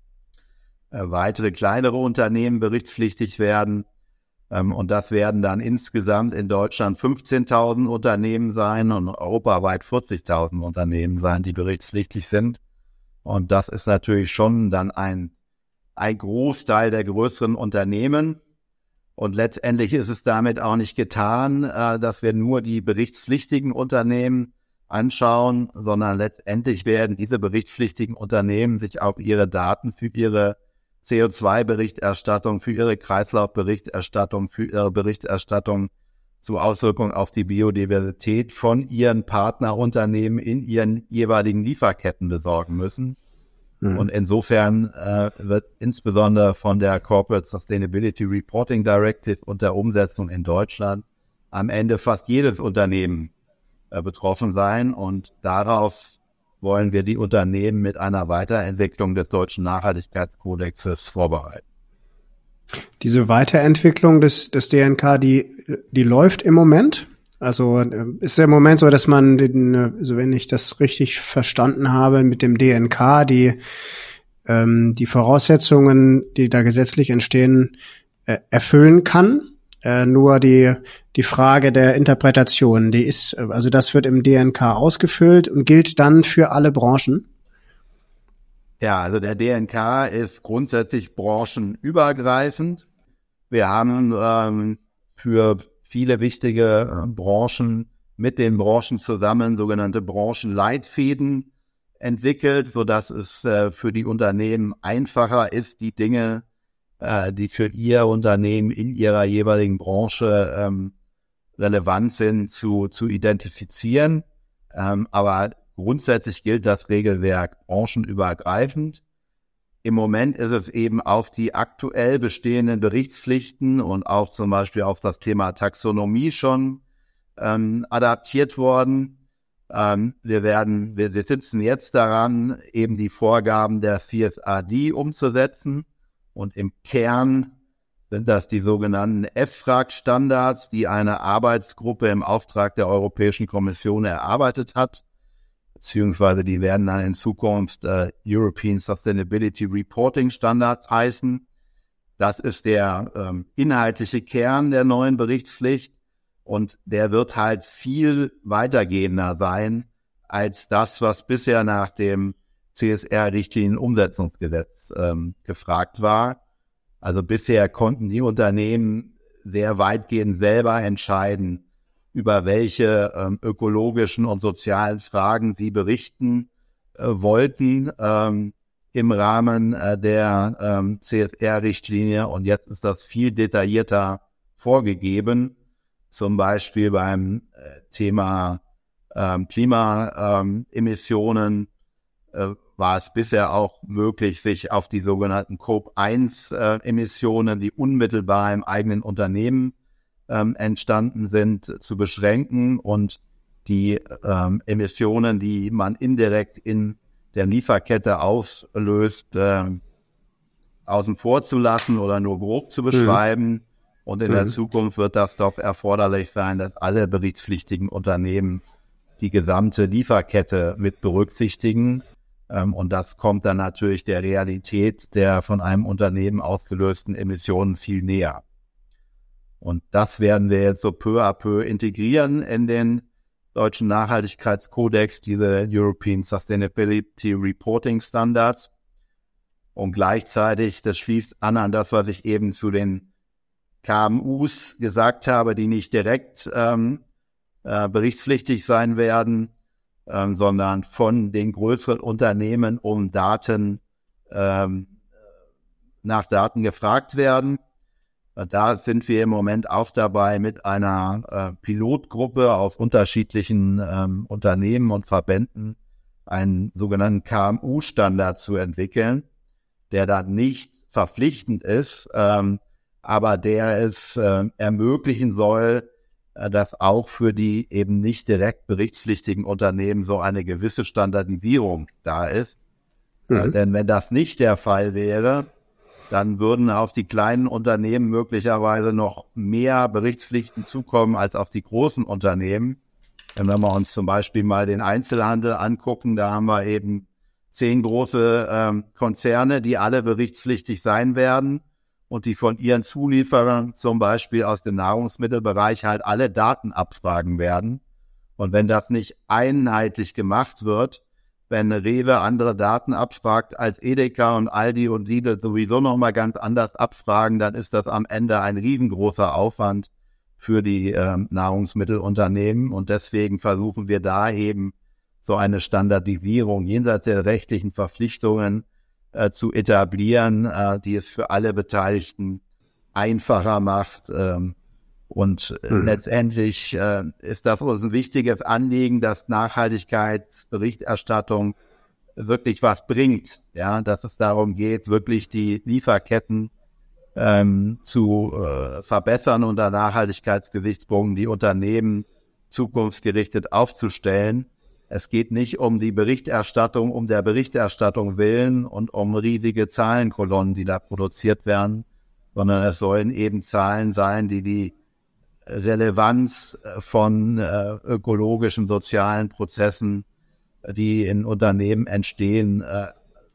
A: äh, weitere kleinere Unternehmen berichtspflichtig werden. Ähm, und das werden dann insgesamt in Deutschland fünfzehntausend Unternehmen sein und europaweit vierzigtausend Unternehmen sein, die berichtspflichtig sind. Und das ist natürlich schon dann ein, ein Großteil der größeren Unternehmen. Und letztendlich ist es damit auch nicht getan, äh, dass wir nur die berichtspflichtigen Unternehmen anschauen, sondern letztendlich werden diese berichtspflichtigen Unternehmen sich auch ihre Daten für ihre C O zwei Berichterstattung, für ihre Kreislaufberichterstattung, für ihre Berichterstattung zu Auswirkungen auf die Biodiversität von ihren Partnerunternehmen in ihren jeweiligen Lieferketten besorgen müssen. Mhm. Und insofern äh, wird insbesondere von der Corporate Sustainability Reporting Directive und der Umsetzung in Deutschland am Ende fast jedes Unternehmen äh, betroffen sein. Und darauf wollen wir die Unternehmen mit einer Weiterentwicklung des deutschen Nachhaltigkeitskodexes vorbereiten.
C: Diese Weiterentwicklung des, des D N K, die, die läuft im Moment. Also ist ja im Moment so, dass man, den, also wenn ich das richtig verstanden habe, mit dem D N K die, ähm, die Voraussetzungen, die da gesetzlich entstehen, äh, erfüllen kann. Äh, nur die, die Frage der Interpretation, die ist, also das wird im D N K ausgefüllt und gilt dann für alle Branchen.
A: Ja, also der D N K ist grundsätzlich branchenübergreifend. Wir haben ähm, für viele wichtige äh, Branchen mit den Branchen zusammen sogenannte Branchenleitfäden entwickelt, sodass es äh, für die Unternehmen einfacher ist, die Dinge, äh, die für ihr Unternehmen in ihrer jeweiligen Branche ähm, relevant sind, zu, zu identifizieren. Ähm, aber grundsätzlich gilt das Regelwerk branchenübergreifend. Im Moment ist es eben auf die aktuell bestehenden Berichtspflichten und auch zum Beispiel auf das Thema Taxonomie schon ähm, adaptiert worden. Ähm, wir werden, wir, wir sitzen jetzt daran, eben die Vorgaben der C S R D umzusetzen. Und im Kern sind das die sogenannten F R A G-Standards, die eine Arbeitsgruppe im Auftrag der Europäischen Kommission erarbeitet hat. Beziehungsweise die werden dann in Zukunft äh, European Sustainability Reporting Standards heißen. Das ist der ähm, inhaltliche Kern der neuen Berichtspflicht und der wird halt viel weitergehender sein als das, was bisher nach dem C S R-Richtlinien-Umsetzungsgesetz ähm, gefragt war. Also bisher konnten die Unternehmen sehr weitgehend selber entscheiden, über welche ähm, ökologischen und sozialen Fragen sie berichten äh, wollten ähm, im Rahmen äh, der ähm, C S R-Richtlinie. Und jetzt ist das viel detaillierter vorgegeben. Zum Beispiel beim äh, Thema ähm, Klimaemissionen äh, war es bisher auch möglich, sich auf die sogenannten Scope eins Emissionen, die unmittelbar im eigenen Unternehmen Ähm, entstanden sind, zu beschränken und die ähm, Emissionen, die man indirekt in der Lieferkette auslöst, äh, außen vor zu lassen oder nur grob zu beschreiben. Mhm. Und in mhm. der Zukunft wird das doch erforderlich sein, dass alle berichtspflichtigen Unternehmen die gesamte Lieferkette mit berücksichtigen. Ähm, und das kommt dann natürlich der Realität der von einem Unternehmen ausgelösten Emissionen viel näher. Und das werden wir jetzt so peu à peu integrieren in den deutschen Nachhaltigkeitskodex, diese European Sustainability Reporting Standards. Und gleichzeitig, das schließt an an das, was ich eben zu den K M Us gesagt habe, die nicht direkt ähm, äh, berichtspflichtig sein werden, ähm, sondern von den größeren Unternehmen um Daten, ähm, nach Daten gefragt werden. Da sind wir im Moment auch dabei, mit einer äh, Pilotgruppe aus unterschiedlichen ähm, Unternehmen und Verbänden einen sogenannten K M U-Standard zu entwickeln, der dann nicht verpflichtend ist, ähm, aber der es äh, ermöglichen soll, äh, dass auch für die eben nicht direkt berichtspflichtigen Unternehmen so eine gewisse Standardisierung da ist. Mhm. Äh, denn wenn das nicht der Fall wäre, dann würden auf die kleinen Unternehmen möglicherweise noch mehr Berichtspflichten zukommen als auf die großen Unternehmen. Wenn wir uns zum Beispiel mal den Einzelhandel angucken, da haben wir eben zehn große ähm, Konzerne, die alle berichtspflichtig sein werden und die von ihren Zulieferern zum Beispiel aus dem Nahrungsmittelbereich halt alle Daten abfragen werden. Und wenn das nicht einheitlich gemacht wird, wenn Rewe andere Daten abfragt als Edeka und Aldi und Lidl sowieso nochmal ganz anders abfragen, dann ist das am Ende ein riesengroßer Aufwand für die äh, Nahrungsmittelunternehmen. Und deswegen versuchen wir da eben so eine Standardisierung jenseits der rechtlichen Verpflichtungen äh, zu etablieren, äh, die es für alle Beteiligten einfacher macht. Ähm, und mhm. letztendlich äh, ist das uns ein wichtiges Anliegen, dass Nachhaltigkeitsberichterstattung wirklich was bringt. Ja, dass es darum geht, wirklich die Lieferketten ähm, zu äh, verbessern unter Nachhaltigkeitsgesichtspunkten, die Unternehmen zukunftsgerichtet aufzustellen. Es geht nicht um die Berichterstattung, um der Berichterstattung willen und um riesige Zahlenkolonnen, die da produziert werden, sondern es sollen eben Zahlen sein, die die Relevanz von äh, ökologischen, sozialen Prozessen, die in Unternehmen entstehen, äh,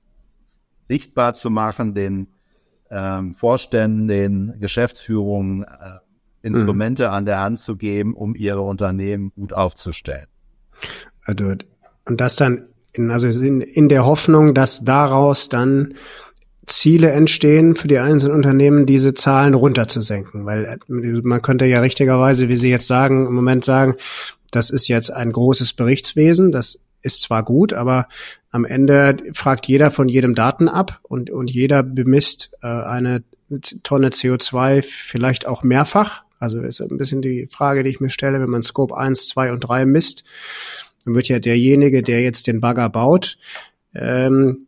A: sichtbar zu machen, den ähm, Vorständen, den Geschäftsführungen äh, Instrumente mhm. an der Hand zu geben, um ihre Unternehmen gut aufzustellen.
C: Also, und das dann, in, also in, in der Hoffnung, dass daraus dann Ziele entstehen für die einzelnen Unternehmen, diese Zahlen runterzusenken. Weil man könnte ja richtigerweise, wie Sie jetzt sagen, im Moment sagen, das ist jetzt ein großes Berichtswesen, das ist zwar gut, aber am Ende fragt jeder von jedem Daten ab und, und jeder bemisst äh, eine Tonne C O zwei vielleicht auch mehrfach. Also ist ein bisschen die Frage, die ich mir stelle, wenn man Scope eins, zwei und drei misst, dann wird ja derjenige, der jetzt den Bagger baut, ähm,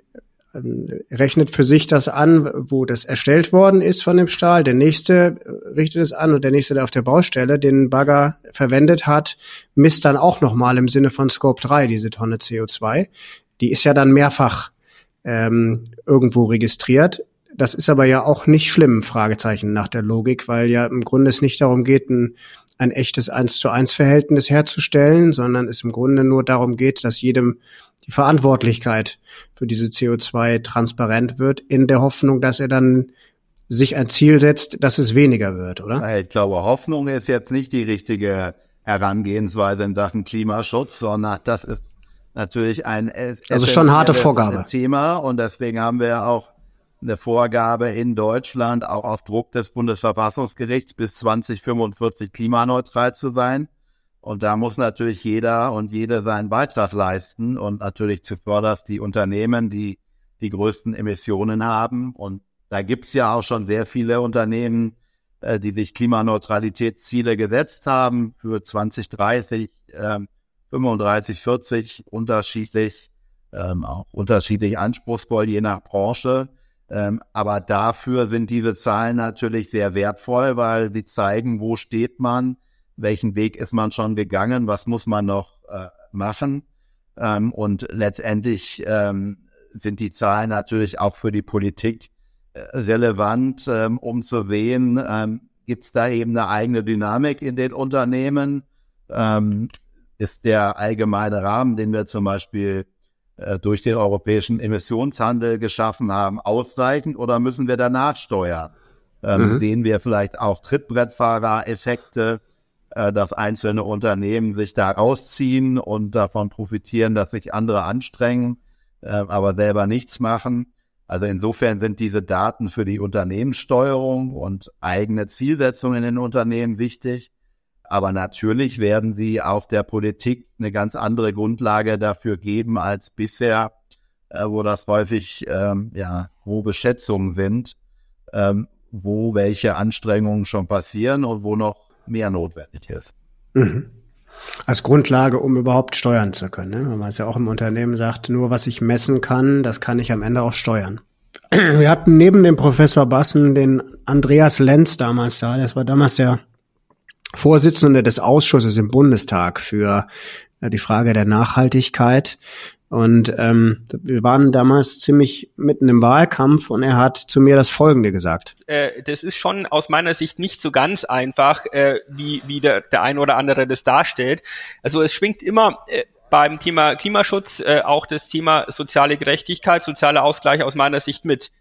C: rechnet für sich das an, wo das erstellt worden ist von dem Stahl. Der nächste richtet es an und der nächste, der auf der Baustelle den Bagger verwendet hat, misst dann auch nochmal im Sinne von Scope drei diese Tonne C O zwei. Die ist ja dann mehrfach ähm, irgendwo registriert. Das ist aber ja auch nicht schlimm, Fragezeichen nach der Logik, weil ja im Grunde es nicht darum geht, ein, ein echtes eins zu eins Verhältnis herzustellen, sondern es im Grunde nur darum geht, dass jedem die Verantwortlichkeit für diese C O zwei transparent wird, in der Hoffnung, dass er dann sich ein Ziel setzt, dass es weniger wird, oder?
A: Ich glaube, Hoffnung ist jetzt nicht die richtige Herangehensweise in Sachen Klimaschutz, sondern das ist natürlich ein
C: also schon harte Vorgabe.
A: Thema und deswegen haben wir auch eine Vorgabe in Deutschland, auch auf Druck des Bundesverfassungsgerichts, bis zwanzig fünfundvierzig klimaneutral zu sein. Und da muss natürlich jeder und jede seinen Beitrag leisten und natürlich zuvörderst die Unternehmen, die die größten Emissionen haben. Und da gibt's ja auch schon sehr viele Unternehmen, äh, die sich Klimaneutralitätsziele gesetzt haben für zwanzig dreißig, äh, fünfunddreißig, vierzig, unterschiedlich, ähm, auch unterschiedlich anspruchsvoll, je nach Branche. Ähm, aber dafür sind diese Zahlen natürlich sehr wertvoll, weil sie zeigen, wo steht man, welchen Weg ist man schon gegangen, was muss man noch äh, machen. Ähm, und letztendlich ähm, sind die Zahlen natürlich auch für die Politik äh, relevant, ähm, um zu sehen, ähm, gibt es da eben eine eigene Dynamik in den Unternehmen? Ähm, ist der allgemeine Rahmen, den wir zum Beispiel äh, durch den europäischen Emissionshandel geschaffen haben, ausreichend oder müssen wir danach steuern? Ähm, mhm. Sehen wir vielleicht auch Trittbrettfahrereffekte, dass einzelne Unternehmen sich da rausziehen und davon profitieren, dass sich andere anstrengen, äh, aber selber nichts machen. Also insofern sind diese Daten für die Unternehmenssteuerung und eigene Zielsetzungen in den Unternehmen wichtig. Aber natürlich werden sie auch der Politik eine ganz andere Grundlage dafür geben als bisher, äh, wo das häufig ähm, ja grobe Schätzungen sind, ähm, wo welche Anstrengungen schon passieren und wo noch mehr notwendig ist.
C: Mhm. Als Grundlage, um überhaupt steuern zu können, ne? Wenn man es ja auch im Unternehmen sagt, nur was ich messen kann, das kann ich am Ende auch steuern. Wir hatten neben dem Professor Bassen den Andreas Lenz damals da, das war damals der Vorsitzende des Ausschusses im Bundestag für die Frage der Nachhaltigkeit. Und ähm, wir waren damals ziemlich mitten im Wahlkampf und er hat zu mir das Folgende gesagt.
D: Äh, das ist schon aus meiner Sicht nicht so ganz einfach, äh, wie, wie der, der ein oder andere das darstellt. Also es schwingt immer äh, beim Thema Klimaschutz äh, auch das Thema soziale Gerechtigkeit, sozialer Ausgleich aus meiner Sicht mit.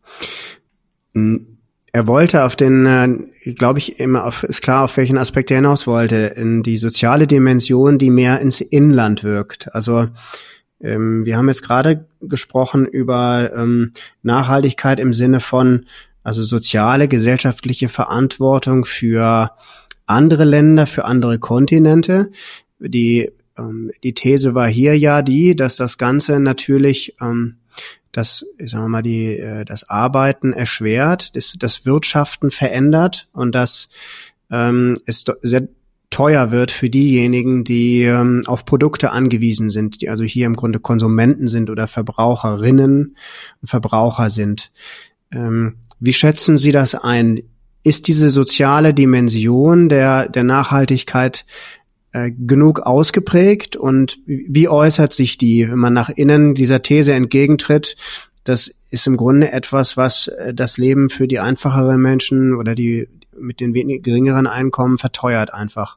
C: Er wollte auf den, äh, glaube ich, immer auf, ist klar, auf welchen Aspekt er hinaus wollte, in die soziale Dimension, die mehr ins Inland wirkt. Also Ähm, wir haben jetzt gerade gesprochen über ähm, Nachhaltigkeit im Sinne von also soziale, gesellschaftliche Verantwortung für andere Länder, für andere Kontinente. Die ähm, die These war hier ja die, dass das Ganze natürlich ähm, das, sagen wir mal, die äh, das Arbeiten erschwert, das, das Wirtschaften verändert und dass ähm, es sehr teuer wird für diejenigen, die ähm, auf Produkte angewiesen sind, die also hier im Grunde Konsumenten sind oder Verbraucherinnen und Verbraucher sind. Ähm, wie schätzen Sie das ein? Ist diese soziale Dimension der der Nachhaltigkeit äh, genug ausgeprägt und wie äußert sich die, wenn man nach innen dieser These entgegentritt? Das ist im Grunde etwas, was äh, das Leben für die einfacheren Menschen oder die mit den wenig geringeren Einkommen verteuert einfach.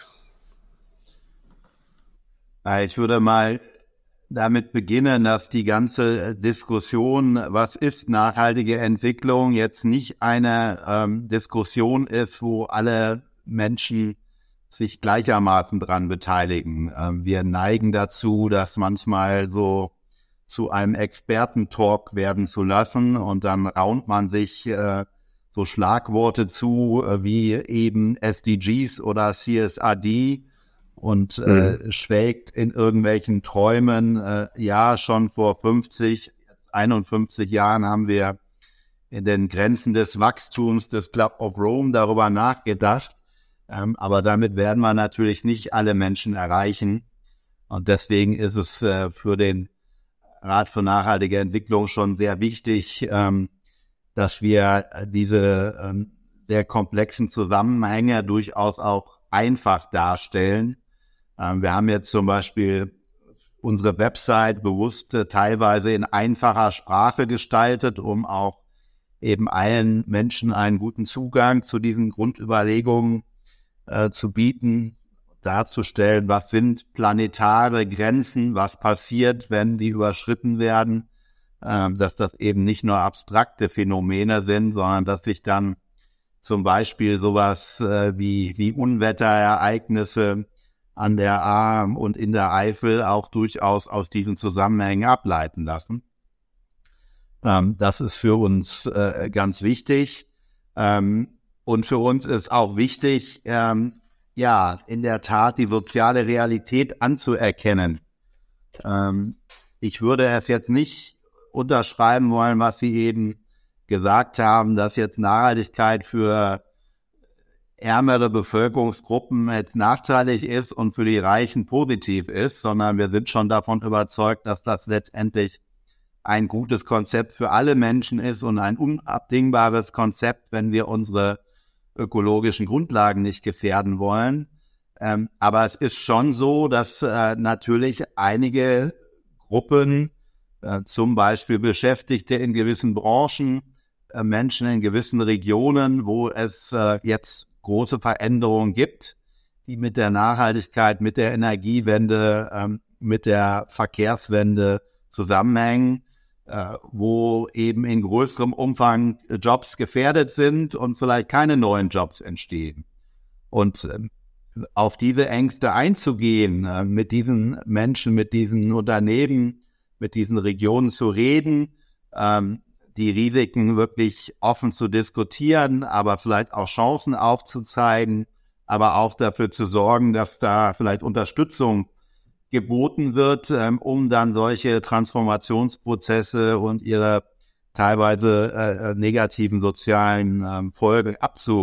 A: Ich würde mal damit beginnen, dass die ganze Diskussion, was ist nachhaltige Entwicklung, jetzt nicht eine ähm, Diskussion ist, wo alle Menschen sich gleichermaßen dran beteiligen. Ähm, wir neigen dazu, das manchmal so zu einem Expertentalk werden zu lassen und dann raunt man sich äh, so Schlagworte zu, äh, wie eben S D Gs oder C S R D und äh, mhm. schwelgt in irgendwelchen Träumen. Äh, ja, schon vor fünfzig, einundfünfzig Jahren haben wir in den Grenzen des Wachstums des Club of Rome darüber nachgedacht. Ähm, aber damit werden wir natürlich nicht alle Menschen erreichen. Und deswegen ist es äh, für den Rat für nachhaltige Entwicklung schon sehr wichtig, ähm, dass wir diese ähm, sehr komplexen Zusammenhänge durchaus auch einfach darstellen. Ähm, wir haben jetzt zum Beispiel unsere Website bewusst äh, teilweise in einfacher Sprache gestaltet, um auch eben allen Menschen einen guten Zugang zu diesen Grundüberlegungen äh, zu bieten, darzustellen, was sind planetare Grenzen, was passiert, wenn die überschritten werden, äh, dass das eben nicht nur abstrakte Phänomene sind, sondern dass sich dann zum Beispiel sowas äh, wie, wie Unwetterereignisse an der Ahr und in der Eifel auch durchaus aus diesen Zusammenhängen ableiten lassen. Ähm, das ist für uns äh, ganz wichtig. Ähm, und für uns ist auch wichtig, ähm, ja, in der Tat die soziale Realität anzuerkennen. Ähm, ich würde es jetzt nicht unterschreiben wollen, was Sie eben gesagt haben, dass jetzt Nachhaltigkeit für ärmere Bevölkerungsgruppen jetzt nachteilig ist und für die Reichen positiv ist, sondern wir sind schon davon überzeugt, dass das letztendlich ein gutes Konzept für alle Menschen ist und ein unabdingbares Konzept, wenn wir unsere ökologischen Grundlagen nicht gefährden wollen. Ähm, aber es ist schon so, dass äh, natürlich einige Gruppen, äh, zum Beispiel Beschäftigte in gewissen Branchen, äh, Menschen in gewissen Regionen, wo es äh, jetzt große Veränderungen gibt, die mit der Nachhaltigkeit, mit der Energiewende, ähm, mit der Verkehrswende zusammenhängen, äh, wo eben in größerem Umfang Jobs gefährdet sind und vielleicht keine neuen Jobs entstehen. Und äh, auf diese Ängste einzugehen, äh, mit diesen Menschen, mit diesen Unternehmen, mit diesen Regionen zu reden, ähm, die Risiken wirklich offen zu diskutieren, aber vielleicht auch Chancen aufzuzeigen, aber auch dafür zu sorgen, dass da vielleicht Unterstützung geboten wird, ähm, um dann solche Transformationsprozesse und ihre teilweise äh, negativen sozialen ähm, Folgen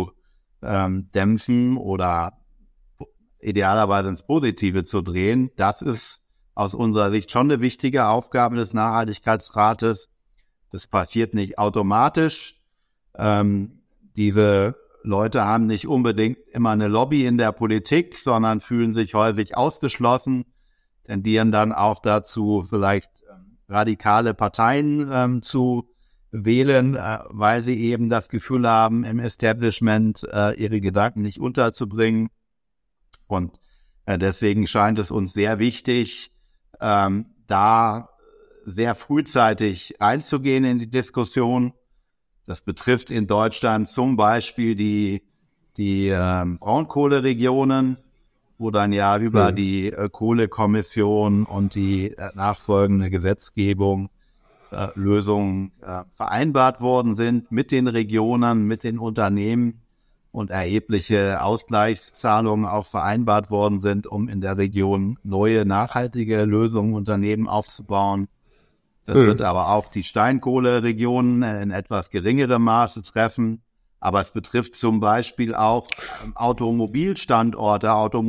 A: abzudämpfen oder idealerweise ins Positive zu drehen. Das ist aus unserer Sicht schon eine wichtige Aufgabe des Nachhaltigkeitsrates. Das passiert nicht automatisch. Ähm, diese Leute haben nicht unbedingt immer eine Lobby in der Politik, sondern fühlen sich häufig ausgeschlossen, tendieren dann auch dazu, vielleicht ähm, radikale Parteien ähm, zu wählen, äh, weil sie eben das Gefühl haben, im Establishment äh, ihre Gedanken nicht unterzubringen. Und äh, deswegen scheint es uns sehr wichtig, ähm, da sehr frühzeitig einzugehen in die Diskussion. Das betrifft in Deutschland zum Beispiel die, die ähm, Braunkohleregionen, wo dann ja über mhm. die äh, Kohlekommission und die äh, nachfolgende Gesetzgebung äh, Lösungen äh, vereinbart worden sind mit den Regionen, mit den Unternehmen. und erhebliche Ausgleichszahlungen auch vereinbart worden sind, um in der Region neue nachhaltige Lösungen, Unternehmen aufzubauen. Das mhm. wird aber auch die Steinkohleregionen in etwas geringerem Maße treffen. Aber es betrifft zum Beispiel auch Automobilstandorte,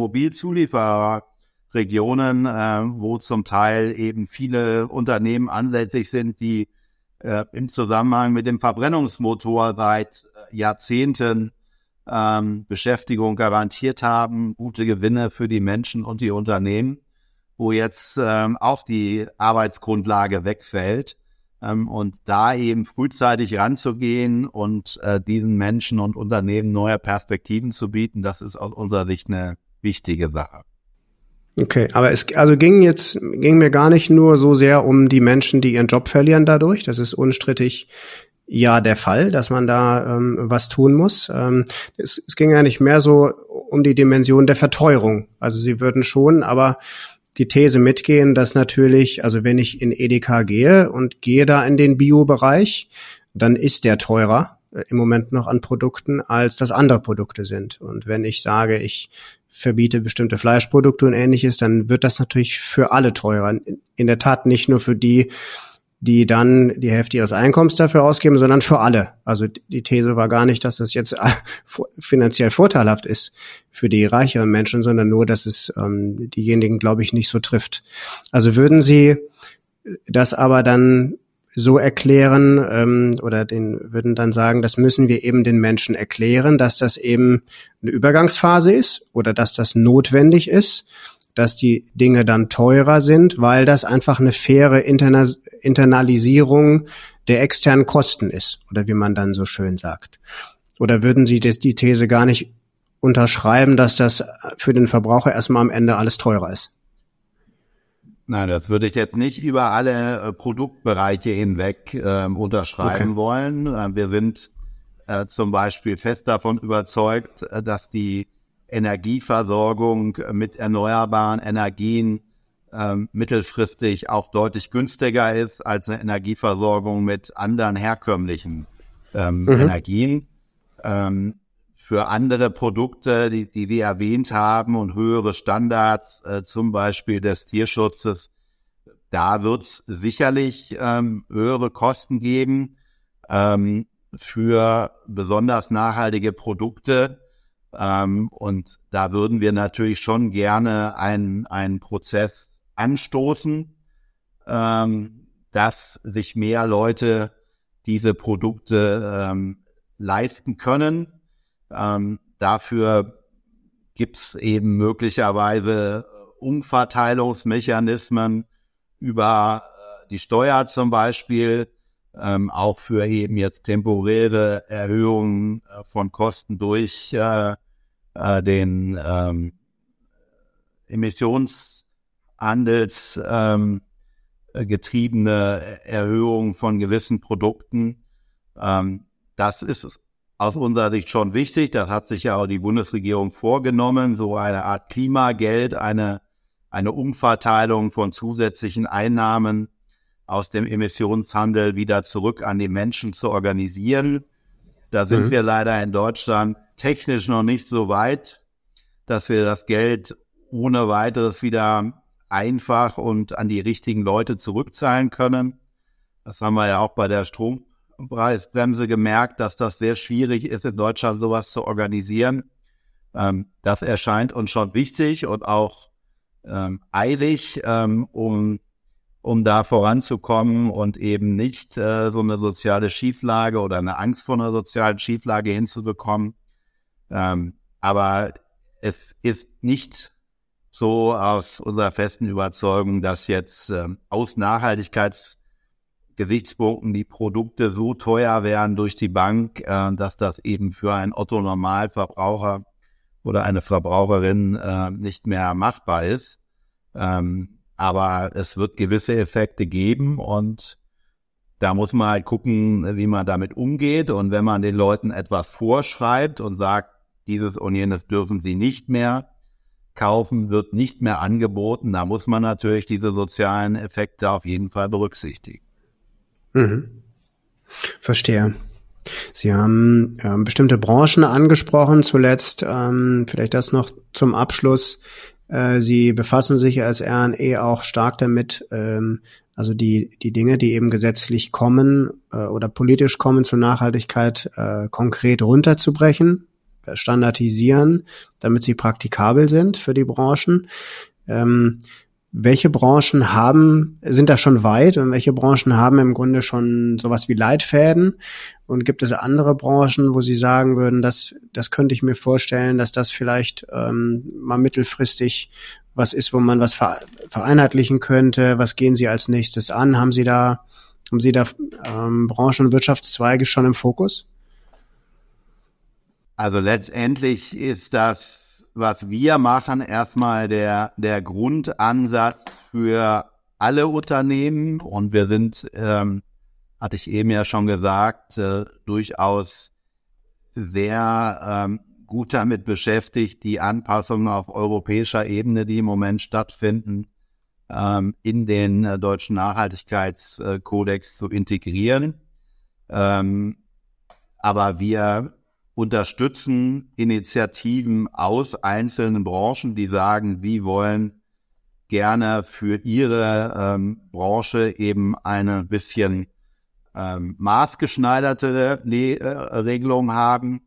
A: Automobilzuliefererregionen, äh, wo zum Teil eben viele Unternehmen ansässig sind, die äh, im Zusammenhang mit dem Verbrennungsmotor seit Jahrzehnten ähm, Beschäftigung garantiert haben, gute Gewinne für die Menschen und die Unternehmen, wo jetzt ähm, auch die Arbeitsgrundlage wegfällt. Und da eben frühzeitig ranzugehen und äh, diesen Menschen und Unternehmen neue Perspektiven zu bieten, das ist aus unserer Sicht eine wichtige Sache.
C: Okay, aber es also ging jetzt ging mir gar nicht nur so sehr um die Menschen, die ihren Job verlieren dadurch. Das ist unstrittig ja der Fall, dass man da ähm, was tun muss. Ähm, es, es ging ja nicht mehr so um die Dimension der Verteuerung. Also sie würden schon, aber die These mitgehen, dass natürlich, also wenn ich in Edeka gehe und gehe da in den Bio-Bereich, dann ist der teurer äh, im Moment noch an Produkten, als das andere Produkte sind. Und wenn ich sage, ich verbiete bestimmte Fleischprodukte und Ähnliches, dann wird das natürlich für alle teurer. In, in der Tat nicht nur für die, die dann die Hälfte ihres Einkommens dafür ausgeben, sondern für alle. Also die These war gar nicht, dass das jetzt finanziell vorteilhaft ist für die reicheren Menschen, sondern nur, dass es ähm, diejenigen, glaube ich, nicht so trifft. Also würden Sie das aber dann so erklären ähm, oder den würden dann sagen, das müssen wir eben den Menschen erklären, dass das eben eine Übergangsphase ist oder dass das notwendig ist, dass die Dinge dann teurer sind, weil das einfach eine faire Interna- Internalisierung der externen Kosten ist, oder wie man dann so schön sagt. Oder würden Sie das, die These gar nicht unterschreiben, dass das für den Verbraucher erstmal am Ende alles teurer ist?
A: Nein, das würde ich jetzt nicht über alle äh, Produktbereiche hinweg äh, unterschreiben okay. wollen. Äh, wir sind äh, zum Beispiel fest davon überzeugt, äh, dass die Energieversorgung mit erneuerbaren Energien ähm, mittelfristig auch deutlich günstiger ist als eine Energieversorgung mit anderen herkömmlichen ähm, mhm. Energien. Ähm, für andere Produkte, die, die wir erwähnt haben und höhere Standards, äh, zum Beispiel des Tierschutzes, da wird es sicherlich ähm, höhere Kosten geben. Ähm, für besonders nachhaltige Produkte. Ähm, und da würden wir natürlich schon gerne einen, einen Prozess anstoßen, ähm, dass sich mehr Leute diese Produkte ähm, leisten können. Ähm, dafür gibt's eben möglicherweise Umverteilungsmechanismen über äh, die Steuer zum Beispiel, ähm, auch für eben jetzt temporäre Erhöhungen äh, von Kosten durch äh, äh, den ähm, Emissionshandels ähm, getriebene Erhöhung von gewissen Produkten. Ähm, das ist aus unserer Sicht schon wichtig. Das hat sich ja auch die Bundesregierung vorgenommen, so eine Art Klimageld, eine eine Umverteilung von zusätzlichen Einnahmen aus dem Emissionshandel wieder zurück an die Menschen zu organisieren. Da sind mhm. wir leider in Deutschland technisch noch nicht so weit, dass wir das Geld ohne weiteres wieder einfach und an die richtigen Leute zurückzahlen können. Das haben wir ja auch bei der Strompreisbremse gemerkt, dass das sehr schwierig ist, in Deutschland sowas zu organisieren. Ähm, das erscheint uns schon wichtig und auch ähm, eilig, ähm, um um da voranzukommen und eben nicht äh, so eine soziale Schieflage oder eine Angst vor einer sozialen Schieflage hinzubekommen. Ähm, aber es ist nicht so aus unserer festen Überzeugung, dass jetzt ähm, aus Nachhaltigkeitsgesichtspunkten die Produkte so teuer wären durch die Bank, äh, dass das eben für einen Otto-Normalverbraucher oder eine Verbraucherin äh, nicht mehr machbar ist. Ähm, aber es wird gewisse Effekte geben und da muss man halt gucken, wie man damit umgeht. Und wenn man den Leuten etwas vorschreibt und sagt, dieses und jenes dürfen sie nicht mehr kaufen, wird nicht mehr angeboten, da muss man natürlich diese sozialen Effekte auf jeden Fall berücksichtigen.
C: Mhm. Verstehe. Sie haben ähm, bestimmte Branchen angesprochen, zuletzt ähm, vielleicht das noch zum Abschluss. Äh, Sie befassen sich als R und E auch stark damit, ähm, also die die Dinge, die eben gesetzlich kommen äh, oder politisch kommen zur Nachhaltigkeit, äh, konkret runterzubrechen, äh, standardisieren, damit sie praktikabel sind für die Branchen. Ähm, Welche Branchen haben, sind da schon weit und welche Branchen haben im Grunde schon sowas wie Leitfäden? Und gibt es andere Branchen, wo Sie sagen würden, das, das könnte ich mir vorstellen, dass das vielleicht ähm, mal mittelfristig was ist, wo man was vereinheitlichen könnte? Was gehen Sie als nächstes an? Haben Sie da, haben Sie da ähm, Branchen und Wirtschaftszweige schon im Fokus?
A: Also letztendlich ist das, was wir machen, erstmal der der Grundansatz für alle Unternehmen. Und wir sind, ähm, hatte ich eben ja schon gesagt, äh, durchaus sehr ähm, gut damit beschäftigt, die Anpassungen auf europäischer Ebene, die im Moment stattfinden, ähm, in den äh, deutschen Nachhaltigkeitskodex zu integrieren. Ähm, aber wir unterstützen Initiativen aus einzelnen Branchen, die sagen, sie wollen gerne für ihre ähm, Branche eben eine bisschen ähm, maßgeschneiderte Le- äh, Regelung haben.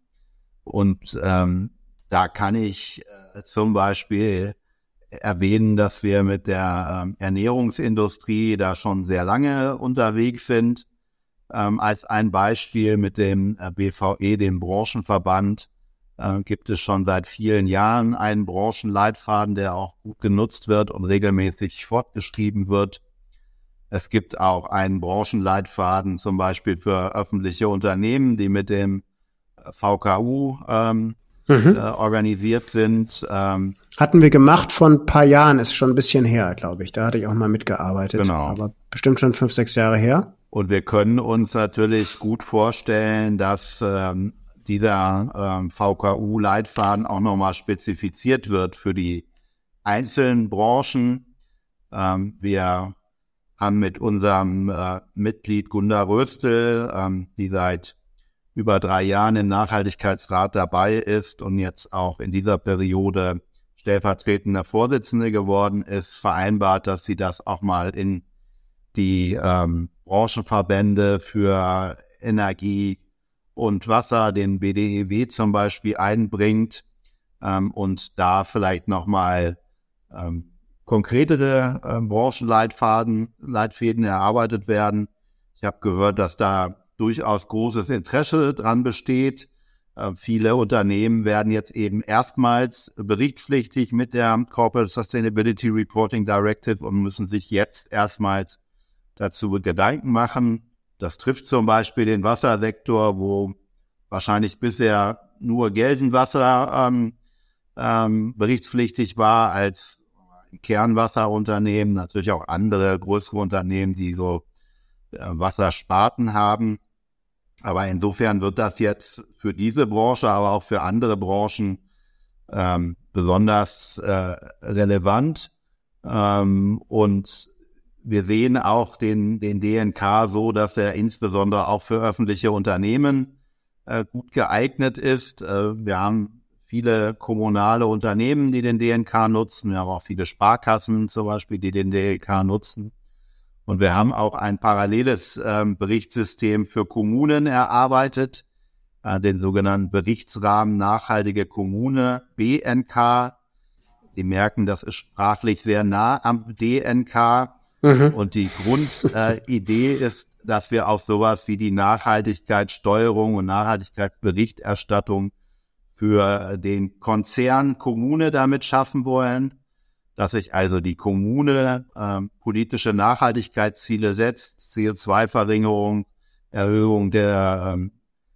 A: Und ähm, da kann ich äh, zum Beispiel erwähnen, dass wir mit der ähm, Ernährungsindustrie da schon sehr lange unterwegs sind. Ähm, als ein Beispiel mit dem äh, B V E, dem Branchenverband, äh, gibt es schon seit vielen Jahren einen Branchenleitfaden, der auch gut genutzt wird und regelmäßig fortgeschrieben wird. Es gibt auch einen Branchenleitfaden zum Beispiel für öffentliche Unternehmen, die mit dem V K U ähm, mhm. äh, organisiert sind. Ähm,
C: Hatten wir gemacht vor ein paar Jahren, ist schon ein bisschen her, glaube ich. Da hatte ich auch mal mitgearbeitet.
A: Genau.
C: Aber bestimmt schon fünf, sechs Jahre her.
A: Und wir können uns natürlich gut vorstellen, dass ähm, dieser ähm, V K U-Leitfaden auch nochmal spezifiziert wird für die einzelnen Branchen. Ähm, wir haben mit unserem äh, Mitglied Gunda Röstel, ähm, die seit über drei Jahren im Nachhaltigkeitsrat dabei ist und jetzt auch in dieser Periode stellvertretender Vorsitzende geworden ist, vereinbart, dass sie das auch mal in die ähm, Branchenverbände für Energie und Wasser, den B D E W zum Beispiel, einbringt ähm, und da vielleicht nochmal ähm, konkretere äh, Branchenleitfaden, Leitfäden erarbeitet werden. Ich habe gehört, dass da durchaus großes Interesse dran besteht. Äh, viele Unternehmen werden jetzt eben erstmals berichtspflichtig mit der Corporate Sustainability Reporting Directive und müssen sich jetzt erstmals dazu Gedanken machen. Das trifft zum Beispiel den Wassersektor, wo wahrscheinlich bisher nur Gelsenwasser ähm, ähm, berichtspflichtig war als Kernwasserunternehmen, natürlich auch andere größere Unternehmen, die so äh, Wassersparten haben. Aber insofern wird das jetzt für diese Branche, aber auch für andere Branchen ähm, besonders äh, relevant. Ähm, und wir sehen auch den, den D N K so, dass er insbesondere auch für öffentliche Unternehmen äh, gut geeignet ist. Äh, wir haben viele kommunale Unternehmen, die den D N K nutzen. Wir haben auch viele Sparkassen zum Beispiel, die den D N K nutzen. Und wir haben auch ein paralleles ähm, Berichtssystem für Kommunen erarbeitet, äh, den sogenannten Berichtsrahmen Nachhaltige Kommune, B N K. Sie merken, das ist sprachlich sehr nah am D N K. Mhm. Und die Grundidee äh, ist, dass wir auch sowas wie die Nachhaltigkeitssteuerung und Nachhaltigkeitsberichterstattung für den Konzern Kommune damit schaffen wollen, dass sich also die Kommune äh, politische Nachhaltigkeitsziele setzt, C O zwei Verringerung, Erhöhung der ähm,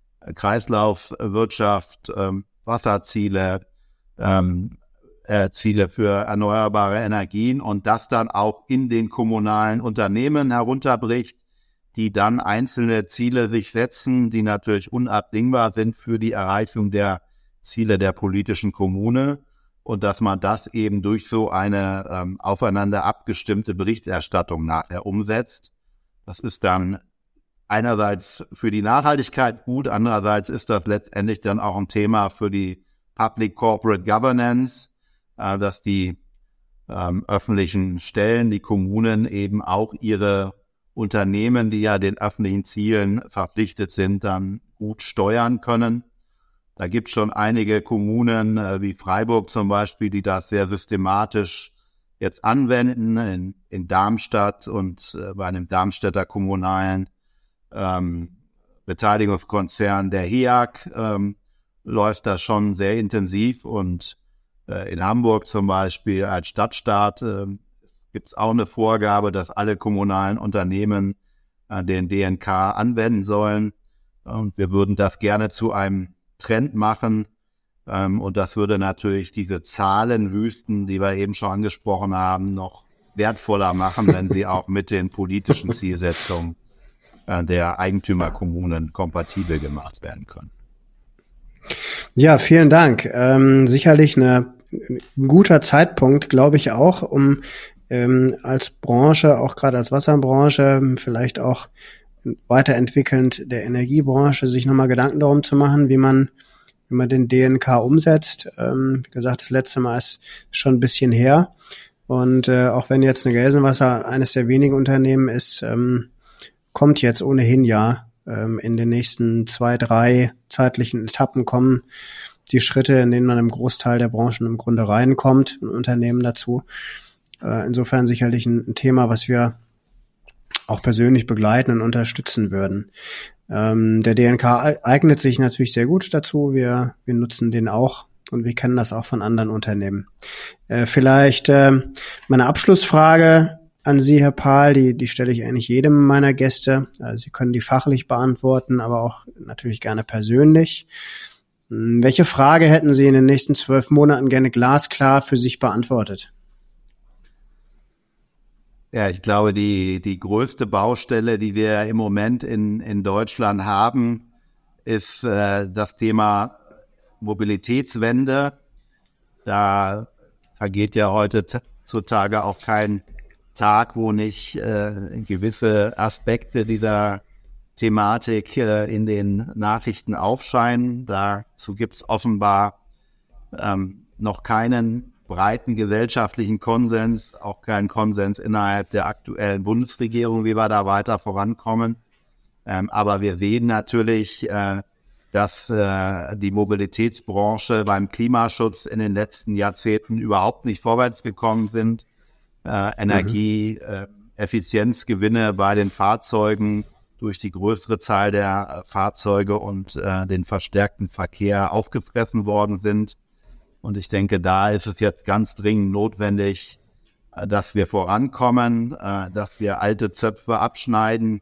A: Kreislaufwirtschaft, ähm, Wasserziele, ähm, äh, Ziele für erneuerbare Energien und das dann auch in den kommunalen Unternehmen herunterbricht, die dann einzelne Ziele sich setzen, die natürlich unabdingbar sind für die Erreichung der Ziele der politischen Kommune und dass man das eben durch so eine ähm, aufeinander abgestimmte Berichterstattung nachher umsetzt. Das ist dann einerseits für die Nachhaltigkeit gut, andererseits ist das letztendlich dann auch ein Thema für die Public Corporate Governance, äh, dass die ähm, öffentlichen Stellen, die Kommunen eben auch ihre Unternehmen, die ja den öffentlichen Zielen verpflichtet sind, dann gut steuern können. Da gibt es schon einige Kommunen, äh, wie Freiburg zum Beispiel, die das sehr systematisch jetzt anwenden, in, in Darmstadt und äh, bei einem Darmstädter kommunalen ähm, Beteiligungskonzern der H E A G ähm, läuft das schon sehr intensiv und äh, in Hamburg zum Beispiel als Stadtstaat äh, gibt es auch eine Vorgabe, dass alle kommunalen Unternehmen äh, den D N K anwenden sollen und wir würden das gerne zu einem Trend machen ähm, und das würde natürlich diese Zahlenwüsten, die wir eben schon angesprochen haben, noch wertvoller machen, wenn sie auch mit den politischen Zielsetzungen der Eigentümerkommunen kompatibel gemacht werden können.
C: Ja, vielen Dank. Ähm, sicherlich eine, ein guter Zeitpunkt, glaube ich auch, um ähm, als Branche, auch gerade als Wasserbranche, vielleicht auch weiterentwickelnd der Energiebranche, sich nochmal Gedanken darum zu machen, wie man, wie man den D N K umsetzt. Ähm, wie gesagt, das letzte Mal ist schon ein bisschen her. Und äh, auch wenn jetzt eine Gelsenwasser eines der wenigen Unternehmen ist, ähm, kommt jetzt ohnehin ja ähm, in den nächsten zwei, drei zeitlichen Etappen kommen die Schritte, in denen man im Großteil der Branchen im Grunde reinkommt, ein Unternehmen dazu. Äh, insofern sicherlich ein, ein Thema, was wir auch persönlich begleiten und unterstützen würden. Ähm, der D N K eignet sich natürlich sehr gut dazu. Wir, wir nutzen den auch und wir kennen das auch von anderen Unternehmen. Äh, vielleicht äh, meine Abschlussfrage an Sie, Herr Pahl, die, die stelle ich eigentlich jedem meiner Gäste. Also Sie können die fachlich beantworten, aber auch natürlich gerne persönlich. Welche Frage hätten Sie in den nächsten zwölf Monaten gerne glasklar für sich beantwortet?
A: Ja, ich glaube, die, die größte Baustelle, die wir im Moment in, in Deutschland haben, ist äh, das Thema Mobilitätswende. Da vergeht ja heutzutage auch kein Tag, wo nicht äh, gewisse Aspekte dieser Thematik äh, in den Nachrichten aufscheinen. Dazu gibt es offenbar ähm, noch keinen breiten gesellschaftlichen Konsens, auch keinen Konsens innerhalb der aktuellen Bundesregierung, wie wir da weiter vorankommen. Ähm, aber wir sehen natürlich, äh, dass äh, die Mobilitätsbranche beim Klimaschutz in den letzten Jahrzehnten überhaupt nicht vorwärts gekommen sind. Äh, Energie, äh, Effizienzgewinne bei den Fahrzeugen durch die größere Zahl der äh, Fahrzeuge und äh, den verstärkten Verkehr aufgefressen worden sind. Und ich denke, da ist es jetzt ganz dringend notwendig, äh, dass wir vorankommen, äh, dass wir alte Zöpfe abschneiden.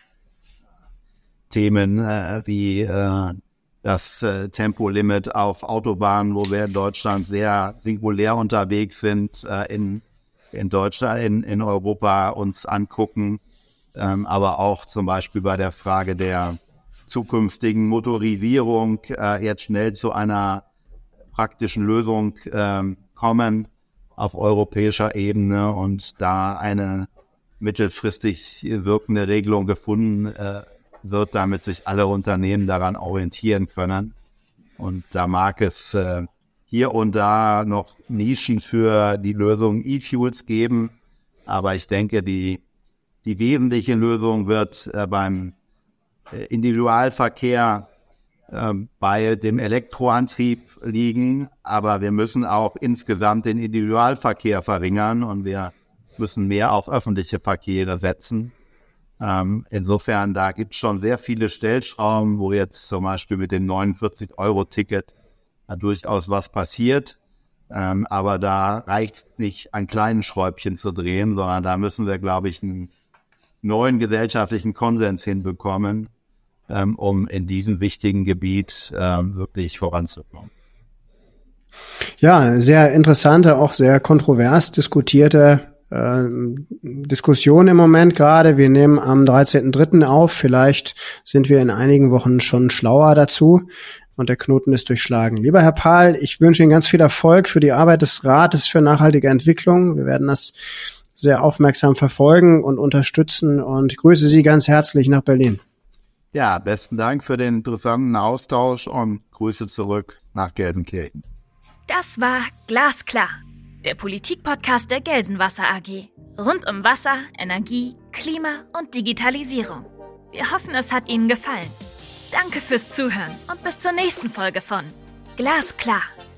A: Themen äh, wie äh, das äh, Tempolimit auf Autobahnen, wo wir in Deutschland sehr singulär unterwegs sind, äh, in in Deutschland, in, in Europa uns angucken, ähm, aber auch zum Beispiel bei der Frage der zukünftigen Motorisierung äh, jetzt schnell zu einer praktischen Lösung ähm, kommen auf europäischer Ebene und da eine mittelfristig wirkende Regelung gefunden äh, wird, damit sich alle Unternehmen daran orientieren können. Und da mag es äh, hier und da noch Nischen für die Lösung E-Fuels geben. Aber ich denke, die, die wesentliche Lösung wird äh, beim äh, Individualverkehr äh, bei dem Elektroantrieb liegen. Aber wir müssen auch insgesamt den Individualverkehr verringern und wir müssen mehr auf öffentliche Verkehre setzen. Ähm, insofern, da gibt es schon sehr viele Stellschrauben, wo jetzt zum Beispiel mit dem neunundvierzig Euro Ticket durchaus was passiert, ähm, aber da reicht es nicht, ein kleines Schräubchen zu drehen, sondern da müssen wir, glaube ich, einen neuen gesellschaftlichen Konsens hinbekommen, ähm, um in diesem wichtigen Gebiet ähm, wirklich voranzukommen.
C: Ja, sehr interessante, auch sehr kontrovers diskutierte äh, Diskussion im Moment gerade. Wir nehmen am dreizehnten dritten auf, vielleicht sind wir in einigen Wochen schon schlauer dazu. Und der Knoten ist durchschlagen. Lieber Herr Pahl, ich wünsche Ihnen ganz viel Erfolg für die Arbeit des Rates für nachhaltige Entwicklung. Wir werden das sehr aufmerksam verfolgen und unterstützen und grüße Sie ganz herzlich nach Berlin.
A: Ja, besten Dank für den interessanten Austausch und Grüße zurück nach Gelsenkirchen.
B: Das war Glasklar, der Politik-Podcast der Gelsenwasser A G. Rund um Wasser, Energie, Klima und Digitalisierung. Wir hoffen, es hat Ihnen gefallen. Danke fürs Zuhören und bis zur nächsten Folge von Glasklar.